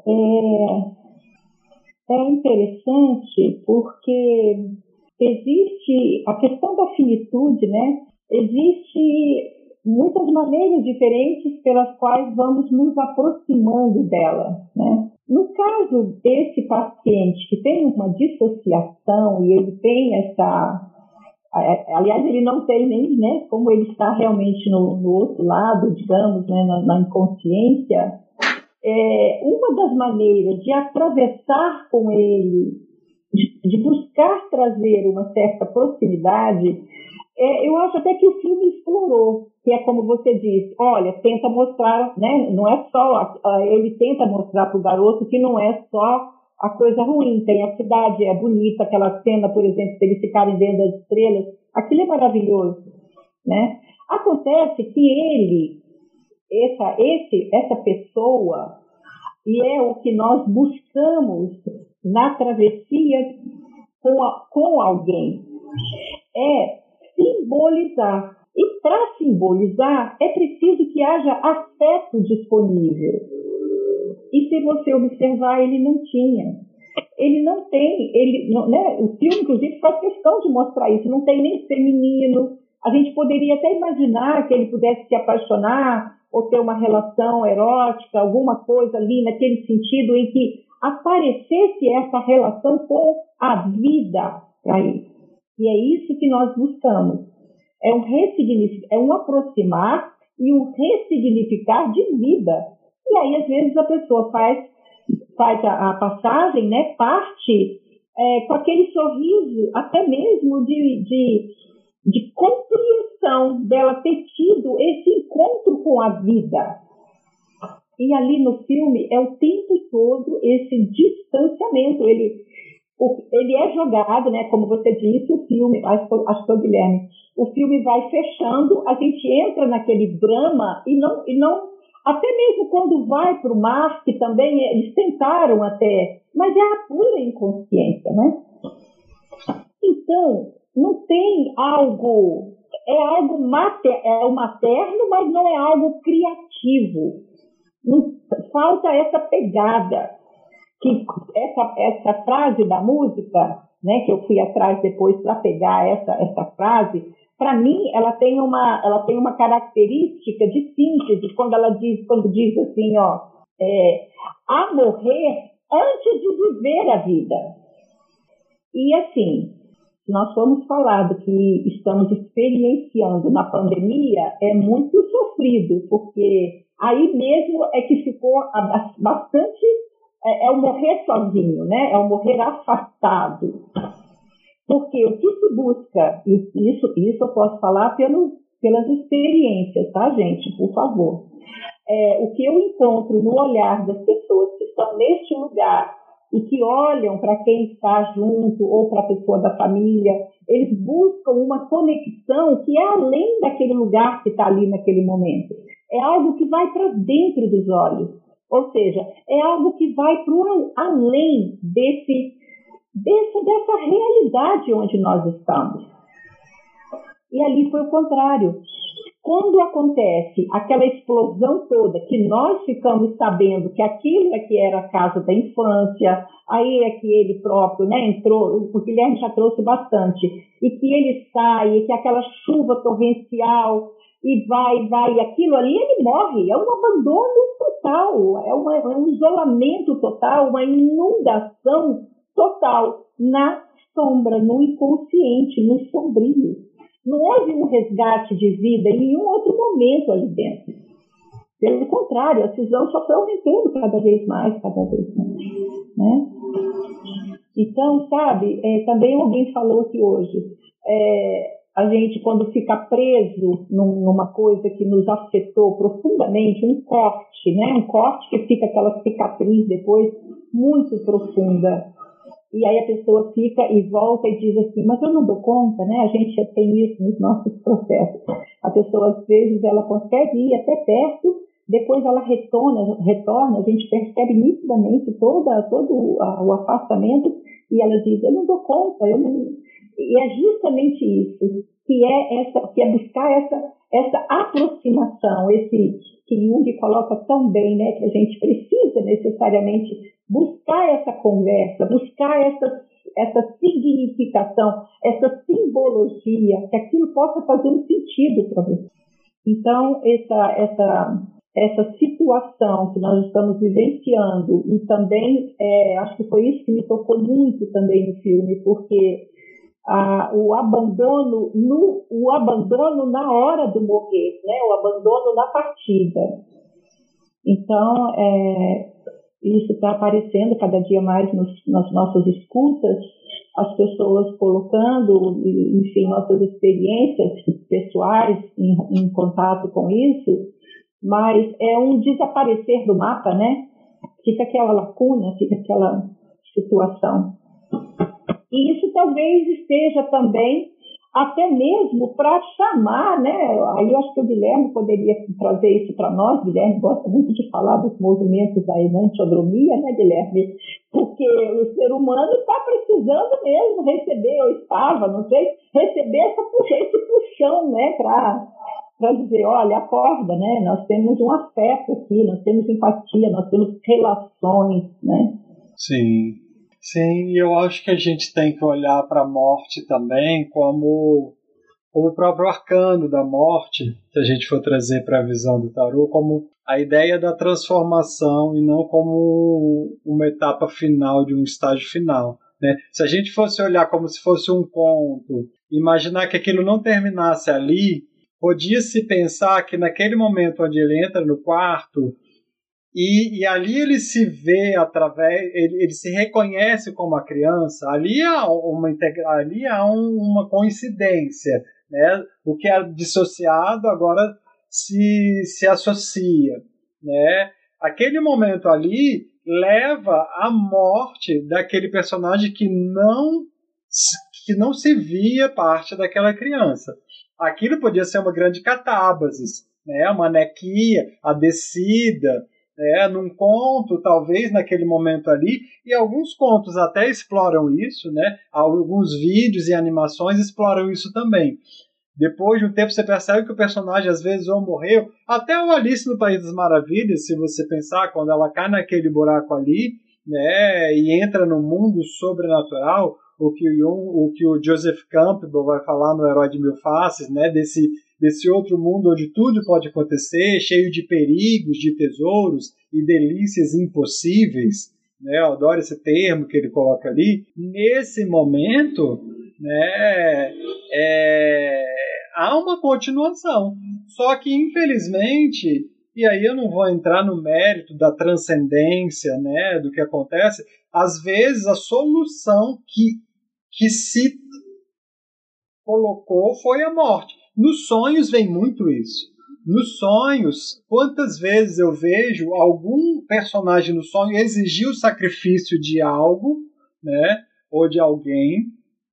é interessante porque existe a questão da finitude, né? Existe muitas maneiras diferentes pelas quais vamos nos aproximando dela, né? No caso desse paciente que tem uma dissociação e ele tem aliás, ele não tem nem, né, como ele está realmente no outro lado, digamos, né, na inconsciência, uma das maneiras de atravessar com ele, de buscar trazer uma certa proximidade, eu acho até que o filme explorou, que é como você disse, olha, tenta mostrar, né, não é só, ele tenta mostrar para o garoto que não é só a coisa ruim, tem a cidade, é bonita, aquela cena, por exemplo, de eles ficarem dentro das estrelas, aquilo é maravilhoso, né? Acontece que essa pessoa, e é o que nós buscamos na travessia com alguém, é simbolizar. E para simbolizar, é preciso que haja afeto disponível. E se você observar, ele não tinha. Ele não tem, né, o filme, inclusive, faz questão de mostrar isso. Não tem nem feminino. A gente poderia até imaginar que ele pudesse se apaixonar ou ter uma relação erótica, alguma coisa ali naquele sentido em que aparecesse essa relação com a vida para ele. E é isso que nós buscamos. É um aproximar e um ressignificar de vida. E aí, às vezes, a pessoa faz a passagem, né, parte com aquele sorriso, até mesmo de compreensão dela ter tido esse encontro com a vida. E ali no filme é o tempo todo esse distanciamento. Ele é jogado, né, como você disse, o filme, acho que foi o Guilherme, o filme vai fechando, a gente entra naquele drama e não até mesmo quando vai para o mar, que também eles tentaram até, mas é a pura inconsciência, né? Então, não tem algo, é algo materno, mas não é algo criativo. Não, falta essa pegada, que essa frase da música, né, que eu fui atrás depois para pegar essa frase, para mim ela tem uma característica de síntese quando diz assim, a morrer antes de viver a vida. E assim, nós fomos falado que estamos experienciando na pandemia, é muito sofrido, porque aí mesmo é que ficou bastante, é o morrer sozinho, né? É o morrer afastado. Porque o que se busca, e isso eu posso falar pelas experiências, tá, gente? Por favor. O que eu encontro no olhar das pessoas que estão neste lugar e que olham para quem está junto ou para a pessoa da família, eles buscam uma conexão que é além daquele lugar que está ali naquele momento. É algo que vai para dentro dos olhos. Ou seja, é algo que vai para além dessa realidade onde nós estamos. E ali foi o contrário. Quando acontece aquela explosão toda, que nós ficamos sabendo que aquilo é que era a casa da infância, aí é que ele próprio, né, entrou, o Guilherme já trouxe bastante, e que ele sai, e que aquela chuva torrencial, e vai, aquilo ali, ele morre, é um abandono total, é um isolamento total, uma inundação total, na sombra, no inconsciente, no sombrio. Não houve um resgate de vida em nenhum outro momento ali dentro. Pelo contrário, a cisão só foi aumentando cada vez mais, né? Então, sabe, também alguém falou aqui hoje, a gente quando fica preso numa coisa que nos afetou profundamente, um corte, né? Um corte que fica aquela cicatriz depois muito profunda. E aí a pessoa fica e volta e diz assim, mas eu não dou conta, né? A gente tem isso nos nossos processos. A pessoa, às vezes, ela consegue ir até perto, depois ela retorna, a gente percebe nitidamente todo o afastamento, e ela diz, eu não dou conta, E é justamente isso, que é buscar essa aproximação, esse que Jung coloca tão bem, né? Que a gente precisa necessariamente buscar essa conversa, buscar essa significação, essa simbologia, que aquilo possa fazer um sentido para você. Então, essa situação que nós estamos vivenciando, e também, acho que foi isso que me tocou muito também no filme, porque o abandono na hora do morrer, né? O abandono na partida. Então, isso está aparecendo cada dia mais nas nossas escutas, as pessoas colocando, enfim, nossas experiências pessoais em contato com isso, mas é um desaparecer do mapa, né? Fica aquela lacuna, fica aquela situação. E isso talvez esteja também até mesmo para chamar, né? Aí eu acho que o Guilherme poderia trazer isso para nós. Guilherme gosta muito de falar dos movimentos da enantiodromia, né, Guilherme? Porque o ser humano está precisando mesmo receber, ou estava, não sei, receber esse puxão, né, para dizer, olha, acorda, né? Nós temos um afeto aqui, nós temos empatia, nós temos relações, né? Sim. Sim, e eu acho que a gente tem que olhar para a morte também como o próprio arcano da morte, se a gente for trazer para a visão do tarô, como a ideia da transformação e não como uma etapa final de um estágio final. né? Se a gente fosse olhar como se fosse um conto, imaginar que aquilo não terminasse ali, podia-se pensar que naquele momento onde ele entra no quarto, e ali ele se vê através, ele se reconhece como a criança, ali há uma coincidência, né? O que é dissociado agora se associa, né? Aquele momento ali leva à morte daquele personagem que não se via parte daquela criança. Aquilo podia ser uma grande catábasis, né? Uma nequia, a descida, num conto, talvez naquele momento ali, e alguns contos até exploram isso, né? Alguns vídeos e animações exploram isso também. Depois de um tempo você percebe que o personagem às vezes ou morreu, até o Alice no País das Maravilhas, se você pensar, quando ela cai naquele buraco ali, né, e entra no mundo sobrenatural, o que o Joseph Campbell vai falar no Herói de Mil Faces, né, desse outro mundo onde tudo pode acontecer, cheio de perigos, de tesouros e delícias impossíveis, né? Eu adoro esse termo que ele coloca ali. Nesse momento, né, há uma continuação. Só que, infelizmente, e aí eu não vou entrar no mérito da transcendência, né, do que acontece, às vezes a solução que se colocou foi a morte. Nos sonhos vem muito isso. Nos sonhos, quantas vezes eu vejo algum personagem no sonho exigir o sacrifício de algo, né, ou de alguém,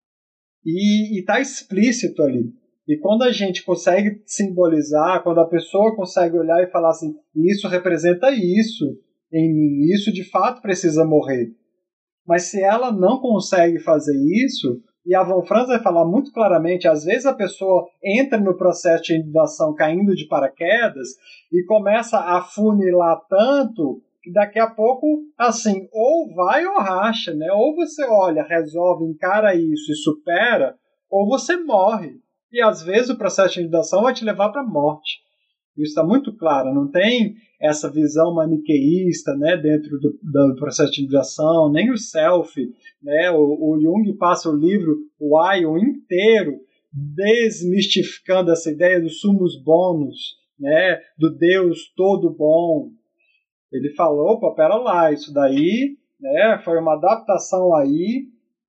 e está explícito ali. E quando a gente consegue simbolizar, quando a pessoa consegue olhar e falar assim, isso representa isso em mim, isso de fato precisa morrer. Mas se ela não consegue fazer isso, e a Von Franz vai falar muito claramente, às vezes a pessoa entra no processo de individuação caindo de paraquedas e começa a funilar tanto que daqui a pouco, assim, ou vai ou racha, né? Ou você olha, resolve, encara isso e supera, ou você morre. E às vezes o processo de individuação vai te levar para a morte. Isso está muito claro, não tem essa visão maniqueísta, né, dentro do processo de individuação, nem o self, né? O Jung passa o livro, o Aion inteiro, desmistificando essa ideia do sumus bonus, né, do Deus todo bom. Ele falou, opa, pera lá, isso daí, né, foi uma adaptação aí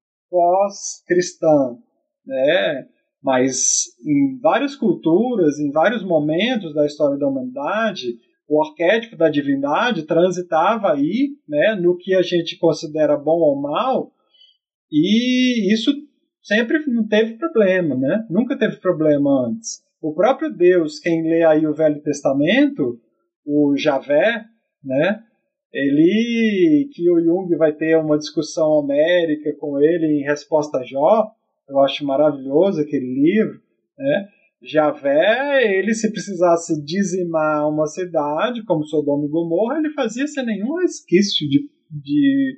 pós-cristã, né? Mas em várias culturas, em vários momentos da história da humanidade, o arquétipo da divindade transitava aí, né, no que a gente considera bom ou mal, e isso sempre não teve problema, né? Nunca teve problema antes. O próprio Deus, quem lê aí o Velho Testamento, o Javé, né, que o Jung vai ter uma discussão homérica com ele em Resposta a Jó. Eu acho maravilhoso aquele livro, né? Javé, ele se precisasse dizimar uma cidade, como Sodoma e Gomorra, ele fazia sem nenhum resquício de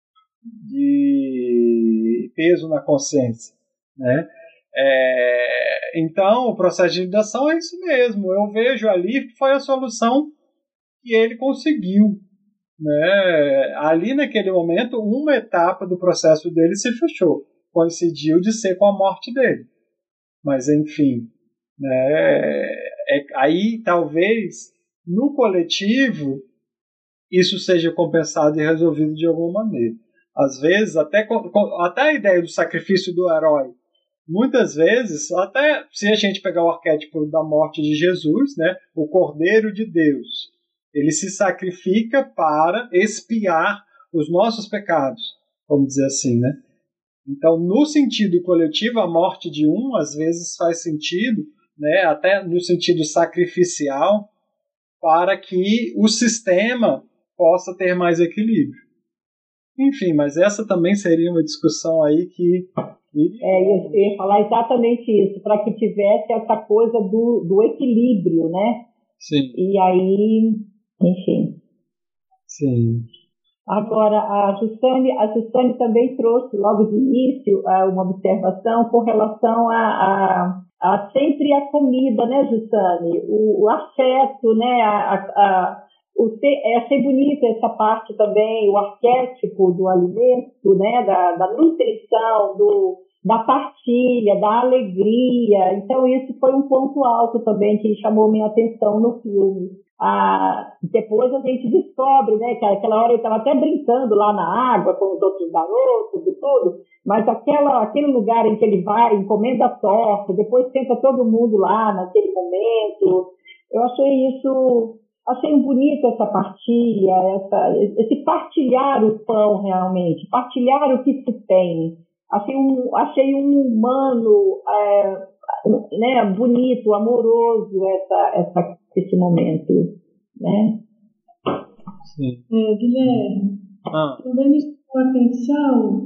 peso na consciência, né? Então, o processo de individuação é isso mesmo. Eu vejo ali que foi a solução que ele conseguiu, né? Ali, naquele momento, uma etapa do processo dele se fechou. Coincidiu de ser com a morte dele. Mas, enfim, né, aí talvez no coletivo isso seja compensado e resolvido de alguma maneira. Às vezes, até a ideia do sacrifício do herói, muitas vezes, até se a gente pegar o arquétipo da morte de Jesus, né, o Cordeiro de Deus, ele se sacrifica para expiar os nossos pecados, vamos dizer assim, né? Então, no sentido coletivo, a morte de um, às vezes, faz sentido, né, até no sentido sacrificial, para que o sistema possa ter mais equilíbrio. Enfim, mas essa também seria uma discussão aí que... Eu ia falar exatamente isso, para que tivesse essa coisa do equilíbrio, né? Sim. E aí, enfim. Sim. Agora, a Justane também trouxe logo de início uma observação com relação a sempre a comida, né, Justane? O afeto, né, Achei bonita essa parte também, o arquétipo do alimento, né, da nutrição, da partilha, da alegria. Então, isso foi um ponto alto também que chamou minha atenção no filme. Depois a gente descobre, né, que aquela hora ele estava até brincando lá na água com os outros garotos e tudo, mas aquele lugar em que ele vai, encomenda a torta, depois senta todo mundo lá naquele momento, eu achei bonita essa partilha, esse partilhar o pão realmente, partilhar o que se tem. Achei um humano, né, bonito, amoroso esse momento, né? Sim. Guilherme, também me chamou a atenção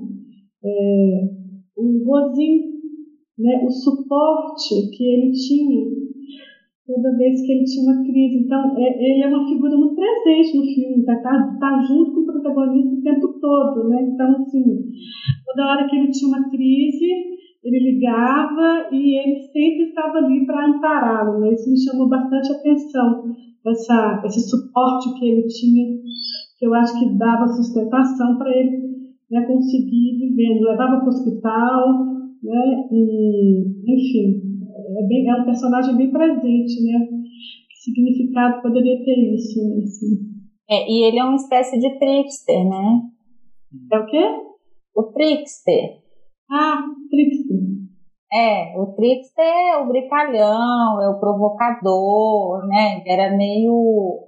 o Rosinho, né, o suporte que ele tinha toda vez que ele tinha uma crise. Então, ele é uma figura muito presente no filme, tá junto com o protagonista o tempo todo, né? Então, assim, toda hora que ele tinha uma crise, ele ligava e ele sempre estava ali para ampará-lo, né? Isso me chamou bastante atenção, esse suporte que ele tinha, que eu acho que dava sustentação para ele, né, conseguir viver. Levava para o hospital, né? E, enfim, é um personagem bem presente, né? Que significado poderia ter isso, né? Assim. E ele é uma espécie de trickster, né? É o quê? O trickster. Trickster. O trickster é o brincalhão, é o provocador, né? Era meio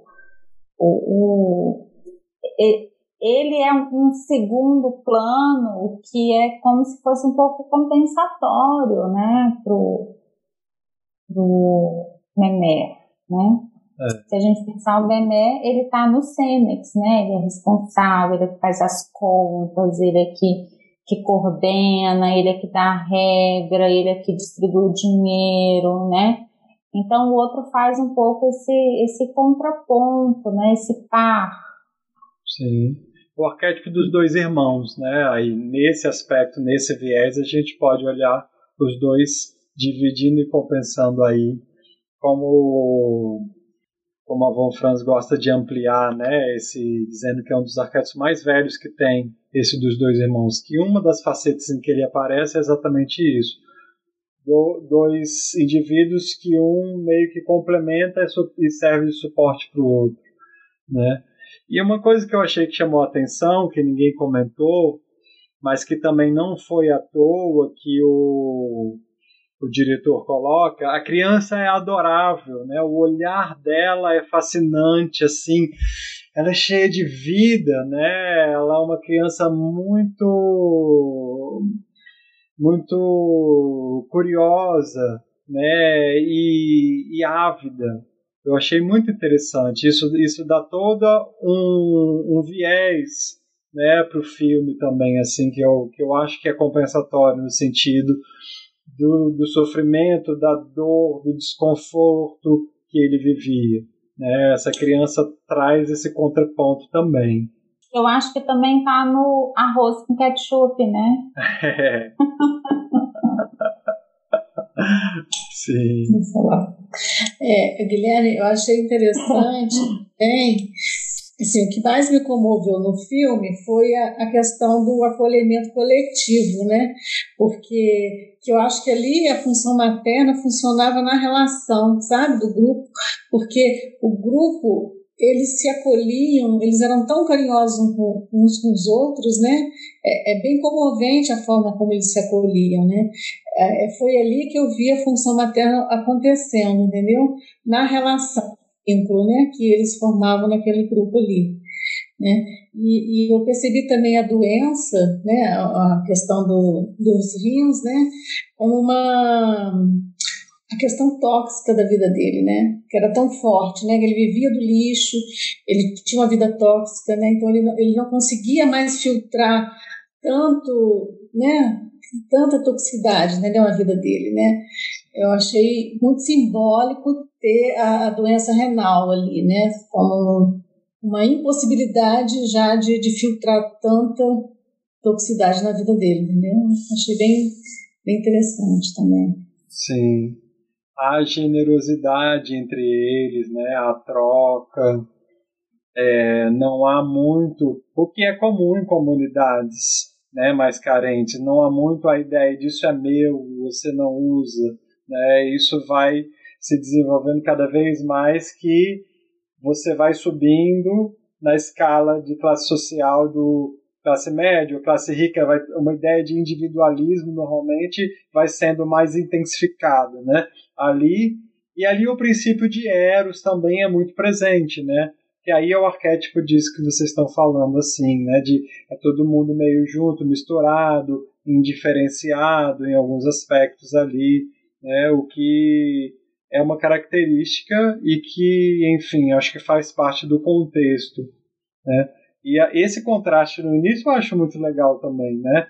ele é um segundo plano que é como se fosse um pouco compensatório, né, pro Memé, né? Se a gente pensar o Memé, ele está no Cemex, né? Ele é responsável, ele é que faz as contas, ele é que coordena, ele é que dá a regra, ele é que distribui o dinheiro, né? Então o outro faz um pouco esse contraponto, né? Esse par. Sim. O arquétipo dos dois irmãos, né? Aí nesse aspecto, nesse viés, a gente pode olhar os dois dividindo e compensando aí, como a Von Franz gosta de ampliar, né? Dizendo que é um dos arquétipos mais velhos que tem, esse dos dois irmãos, que uma das facetas em que ele aparece é exatamente isso. Dois indivíduos que um meio que complementa e serve de suporte para o outro, né? E uma coisa que eu achei que chamou a atenção, que ninguém comentou, mas que também não foi à toa, que o diretor coloca, a criança é adorável, né? O olhar dela é fascinante, assim, ela é cheia de vida, né? Ela é uma criança muito curiosa, né? E ávida. Eu achei muito interessante. Isso dá todo um viés, né, para o filme também, assim, que eu acho que é compensatório no sentido do sofrimento, da dor, do desconforto que ele vivia, né? Essa criança traz esse contraponto também. Eu acho que também está no arroz com ketchup, né? Sim. Guilherme, eu achei interessante também. Assim, o que mais me comoveu no filme foi a questão do acolhimento coletivo, né? Porque que eu acho que ali a função materna funcionava na relação, sabe, do grupo, porque o grupo, eles se acolhiam, eles eram tão carinhosos uns com os outros, né? É bem comovente a forma como eles se acolhiam, né? Foi ali que eu vi a função materna acontecendo, entendeu? Na relação, vínculo, né, que eles formavam naquele grupo ali, né? E eu percebi também a doença, né, a questão dos rins, né, como a questão tóxica da vida dele, né, que era tão forte, né, que ele vivia do lixo, ele tinha uma vida tóxica, né, então ele não conseguia mais filtrar tanto, né, tanta toxicidade, né, na vida dele, né. Eu achei muito simbólico ter a doença renal ali, né, como uma impossibilidade já de filtrar tanta toxicidade na vida dele, entendeu? Achei bem interessante também. Sim. A generosidade entre eles, né, a troca, Não há muito, o que é comum em comunidades, né, mais carentes, não há muito a ideia disso é meu, você não usa, né, isso vai se desenvolvendo cada vez mais que você vai subindo na escala de classe social do classe média, classe rica, uma ideia de individualismo normalmente vai sendo mais intensificada, né? Ali o princípio de Eros também é muito presente, né? Que aí é o arquétipo disso que vocês estão falando, assim, né? De todo mundo meio junto, misturado, indiferenciado em alguns aspectos ali, né? O que é uma característica e que, enfim, acho que faz parte do contexto, né? E esse contraste no início eu acho muito legal também, né?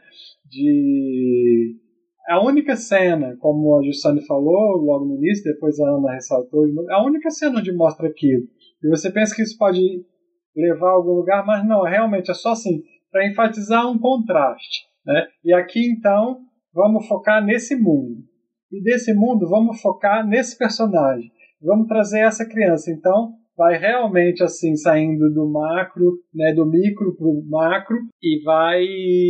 A única cena, como a Jussane falou logo no início, depois a Ana ressaltou, a única cena onde mostra aquilo. E você pensa que isso pode levar a algum lugar, mas não, realmente é só assim, para enfatizar um contraste, né? E aqui, então, vamos focar nesse mundo. E desse mundo, vamos focar nesse personagem. Vamos trazer essa criança. Então, vai realmente assim saindo do macro, né, do micro para o macro e vai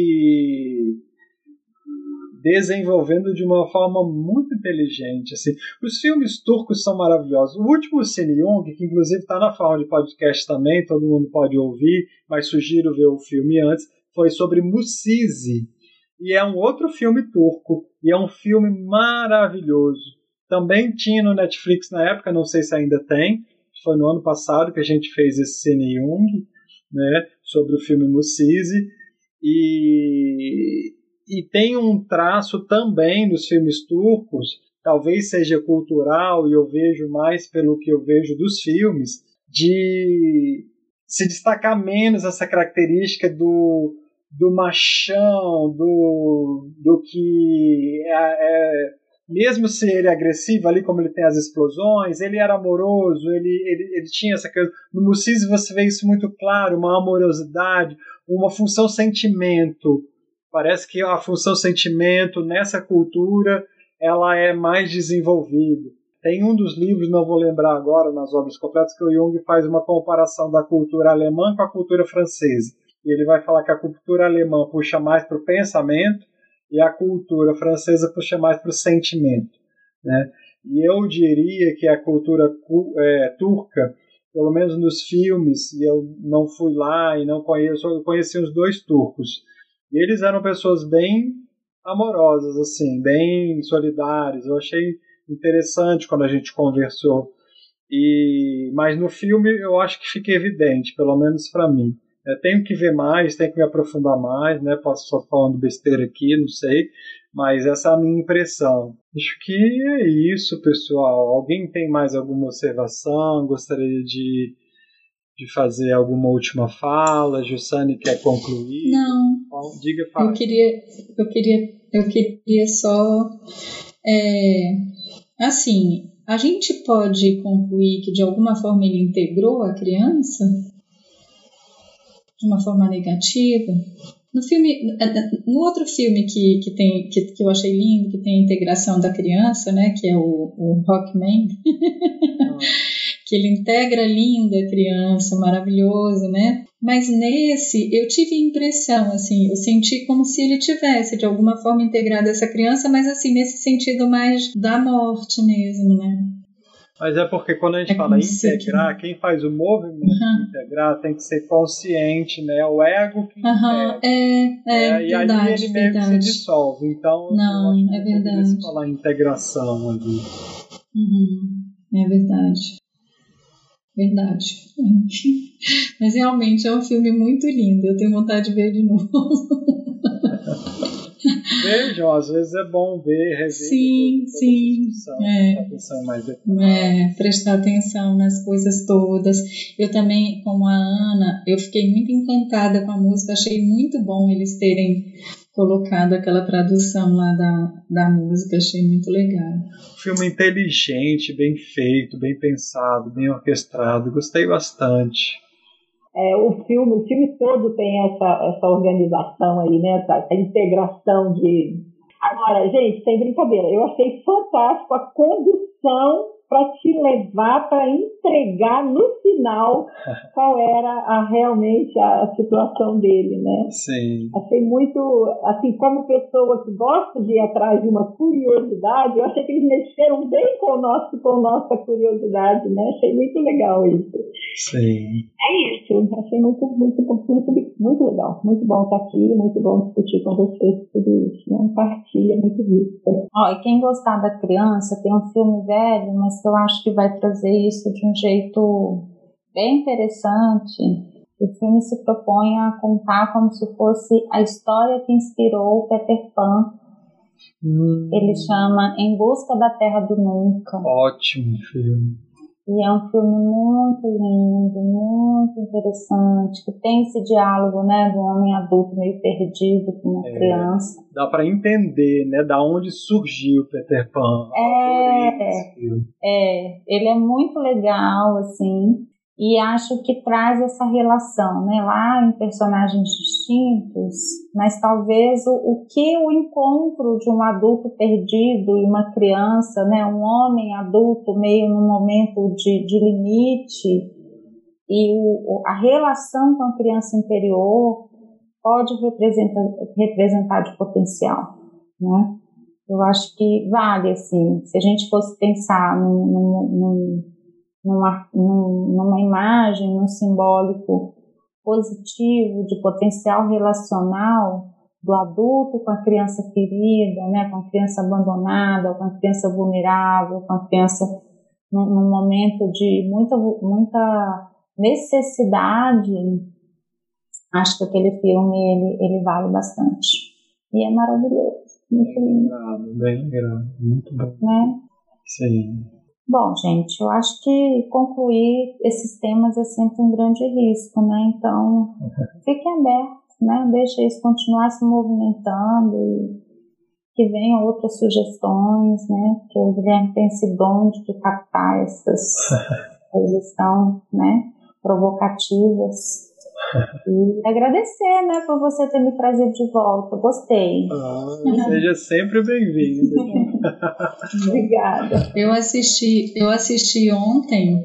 desenvolvendo de uma forma muito inteligente. Assim. Os filmes turcos são maravilhosos. O último Cine Jung, que inclusive está na forma de podcast também, todo mundo pode ouvir, mas sugiro ver o filme antes, foi sobre Mucizi. E é um outro filme turco, e é um filme maravilhoso. Também tinha no Netflix na época, não sei se ainda tem, foi no ano passado que a gente fez esse Cine Jung, né, sobre o filme Mucizi, e tem um traço também nos filmes turcos, talvez seja cultural, e eu vejo mais pelo que eu vejo dos filmes, de se destacar menos essa característica do machão, do que mesmo se ele é agressivo ali, como ele tem as explosões, ele era amoroso, ele tinha essa coisa. No Mucizi você vê isso muito claro, uma amorosidade, uma função sentimento. Parece que a função sentimento nessa cultura ela é mais desenvolvida. Tem um dos livros, não vou lembrar agora, nas obras completas, que o Jung faz uma comparação da cultura alemã com a cultura francesa. E ele vai falar que a cultura alemã puxa mais para o pensamento e a cultura francesa puxa mais para o sentimento, né? E eu diria que a cultura turca, pelo menos nos filmes, e eu não fui lá e não conheço, eu conheci os dois turcos, e eles eram pessoas bem amorosas, assim, bem solidárias. Eu achei interessante quando a gente conversou. Mas no filme eu acho que fica evidente, pelo menos para mim. Tenho que ver mais, tenho que me aprofundar mais, né? Posso só falando besteira aqui, não sei, mas essa é a minha impressão. Acho que é isso, pessoal. Alguém tem mais alguma observação? Gostaria de fazer alguma última fala? Jussane quer concluir? Não. Diga, fala. Eu queria só assim, a gente pode concluir que de alguma forma ele integrou a criança de uma forma negativa. No outro filme que eu achei lindo, que tem a integração da criança, né, que é o Rockman, que ele integra linda a criança, maravilhoso, né? Mas nesse eu tive a impressão, assim, eu senti como se ele tivesse de alguma forma integrado essa criança, mas assim, nesse sentido mais da morte mesmo, né? Mas é porque quando a gente fala integrar, quem faz o movimento de integrar tem que ser consciente, né? O ego que integra. E verdade, aí ele meio que se dissolve. Então, não, eu acho que é verdade. Se falar integração ali. É verdade. Verdade. Mas realmente é um filme muito lindo. Eu tenho vontade de ver de novo. Vejam, às vezes é bom ver, rever. Sim. Prestar atenção mais detalhes. Prestar atenção nas coisas todas. Eu também, como a Ana, eu fiquei muito encantada com a música. Achei muito bom eles terem colocado aquela tradução lá da música. Achei muito legal. Filme inteligente, bem feito, bem pensado, bem orquestrado. Gostei bastante. O filme todo tem essa organização aí, né? Essa integração de... Agora, gente, sem brincadeira, eu achei fantástico a condução para te levar para entregar no final qual era realmente a situação dele, né? Sim. Achei muito, assim, como pessoa que gosta de ir atrás de uma curiosidade, eu achei que eles mexeram bem com nossa curiosidade, né? Achei muito legal isso. Sim. É isso, achei muito legal, muito bom estar aqui, muito bom discutir com vocês tudo isso, né? Partilha muito rica. E quem gostar da criança, tem um filme velho, mas que eu acho que vai trazer isso de um jeito bem interessante. O filme se propõe a contar como se fosse a história que inspirou o Peter Pan. Ele chama Em Busca da Terra do Nunca. Ótimo filme. E é um filme muito lindo, muito interessante, que tem esse diálogo, né, do homem adulto meio perdido com uma criança. Dá para entender, né, da onde surgiu Peter Pan. Ele é muito legal, assim, e acho que traz essa relação, né, lá em personagens distintos, mas talvez o que o encontro de um adulto perdido e uma criança, né, um homem adulto meio num momento de limite, e a relação com a criança interior pode representar de potencial, né? Eu acho que vale, assim, se a gente fosse pensar numa imagem, num simbólico positivo de potencial relacional do adulto com a criança ferida, né, com a criança abandonada, com a criança vulnerável, com a criança num momento de muita necessidade, acho que aquele filme ele vale bastante. E é maravilhoso, muito lindo. Bem legal, muito bom. Né? Sim. Bom, gente, eu acho que concluir esses temas é sempre um grande risco, né? Então, fiquem abertos, né? Deixa eles continuar se movimentando e que venham outras sugestões, né? Porque o Guilherme tem esse dom de captar essas coisas tão, né, provocativas. E agradecer, né, por você ter me trazido de volta. Gostei. Seja sempre bem-vinda. Obrigada. Eu assisti ontem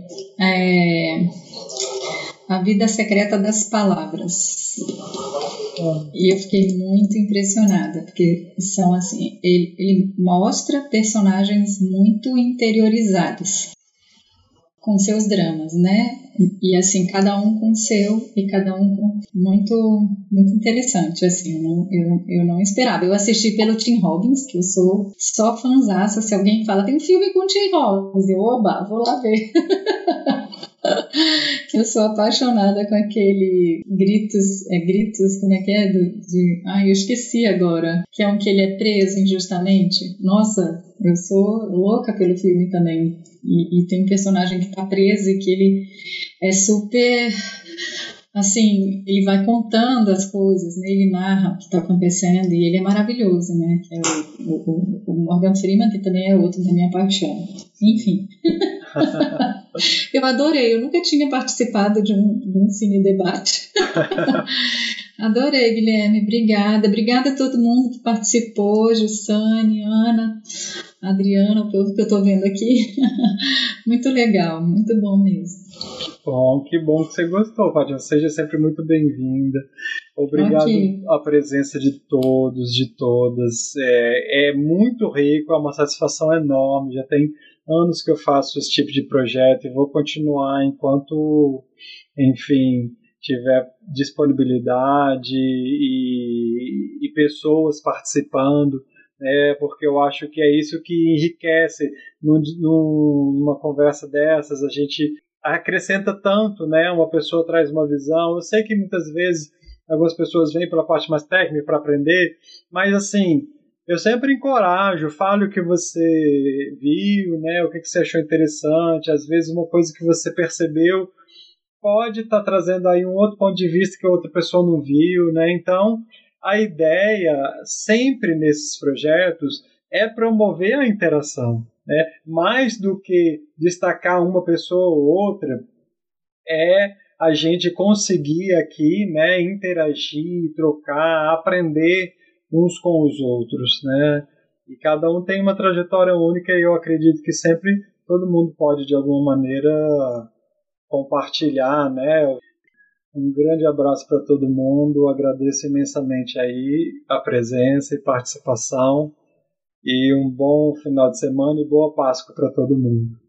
A Vida Secreta das Palavras. E eu fiquei muito impressionada, porque são assim, ele mostra personagens muito interiorizados com seus dramas, né? E assim, cada um com o seu, e cada um com muito interessante, assim, eu não esperava. Eu assisti pelo Tim Robbins, que eu sou só fãzaça. Se alguém fala, tem um filme com o Tim Robbins, eu, oba, vou lá ver. Eu sou apaixonada com aquele gritos, como é que é? Eu esqueci agora, que é um que ele é preso injustamente. Nossa, eu sou louca pelo filme também. E tem um personagem que tá preso e que ele é super, assim, ele vai contando as coisas, né? Ele narra o que está acontecendo e ele é maravilhoso, né? Que é o Morgan Freeman, que também é outro da minha paixão. Enfim. Eu adorei, eu nunca tinha participado de um cine debate. Adorei, Guilherme, obrigada a todo mundo que participou, Jussane, Ana, Adriana, o povo que eu estou vendo aqui. Muito legal, muito bom mesmo. Que bom que você gostou, Fátima. Seja sempre muito bem-vinda. Obrigado à presença de todos, de todas. É muito rico, é uma satisfação enorme. Já tem anos que eu faço esse tipo de projeto e vou continuar enquanto, enfim, tiver disponibilidade e pessoas participando, né, porque eu acho que é isso que enriquece numa conversa dessas. A gente acrescenta tanto, né? Uma pessoa traz uma visão. Eu sei que muitas vezes algumas pessoas vêm pela parte mais técnica para aprender, mas assim, eu sempre encorajo, fale o que você viu, né? O que você achou interessante. Às vezes uma coisa que você percebeu pode estar trazendo aí um outro ponto de vista que a outra pessoa não viu, né? Então, a ideia sempre nesses projetos é promover a interação, né? Mais do que destacar uma pessoa ou outra, é a gente conseguir aqui, né, interagir, trocar, aprender uns com os outros, né? E cada um tem uma trajetória única e eu acredito que sempre todo mundo pode, de alguma maneira, compartilhar, né? Um grande abraço para todo mundo, agradeço imensamente aí a presença e participação, e um bom final de semana e boa Páscoa para todo mundo.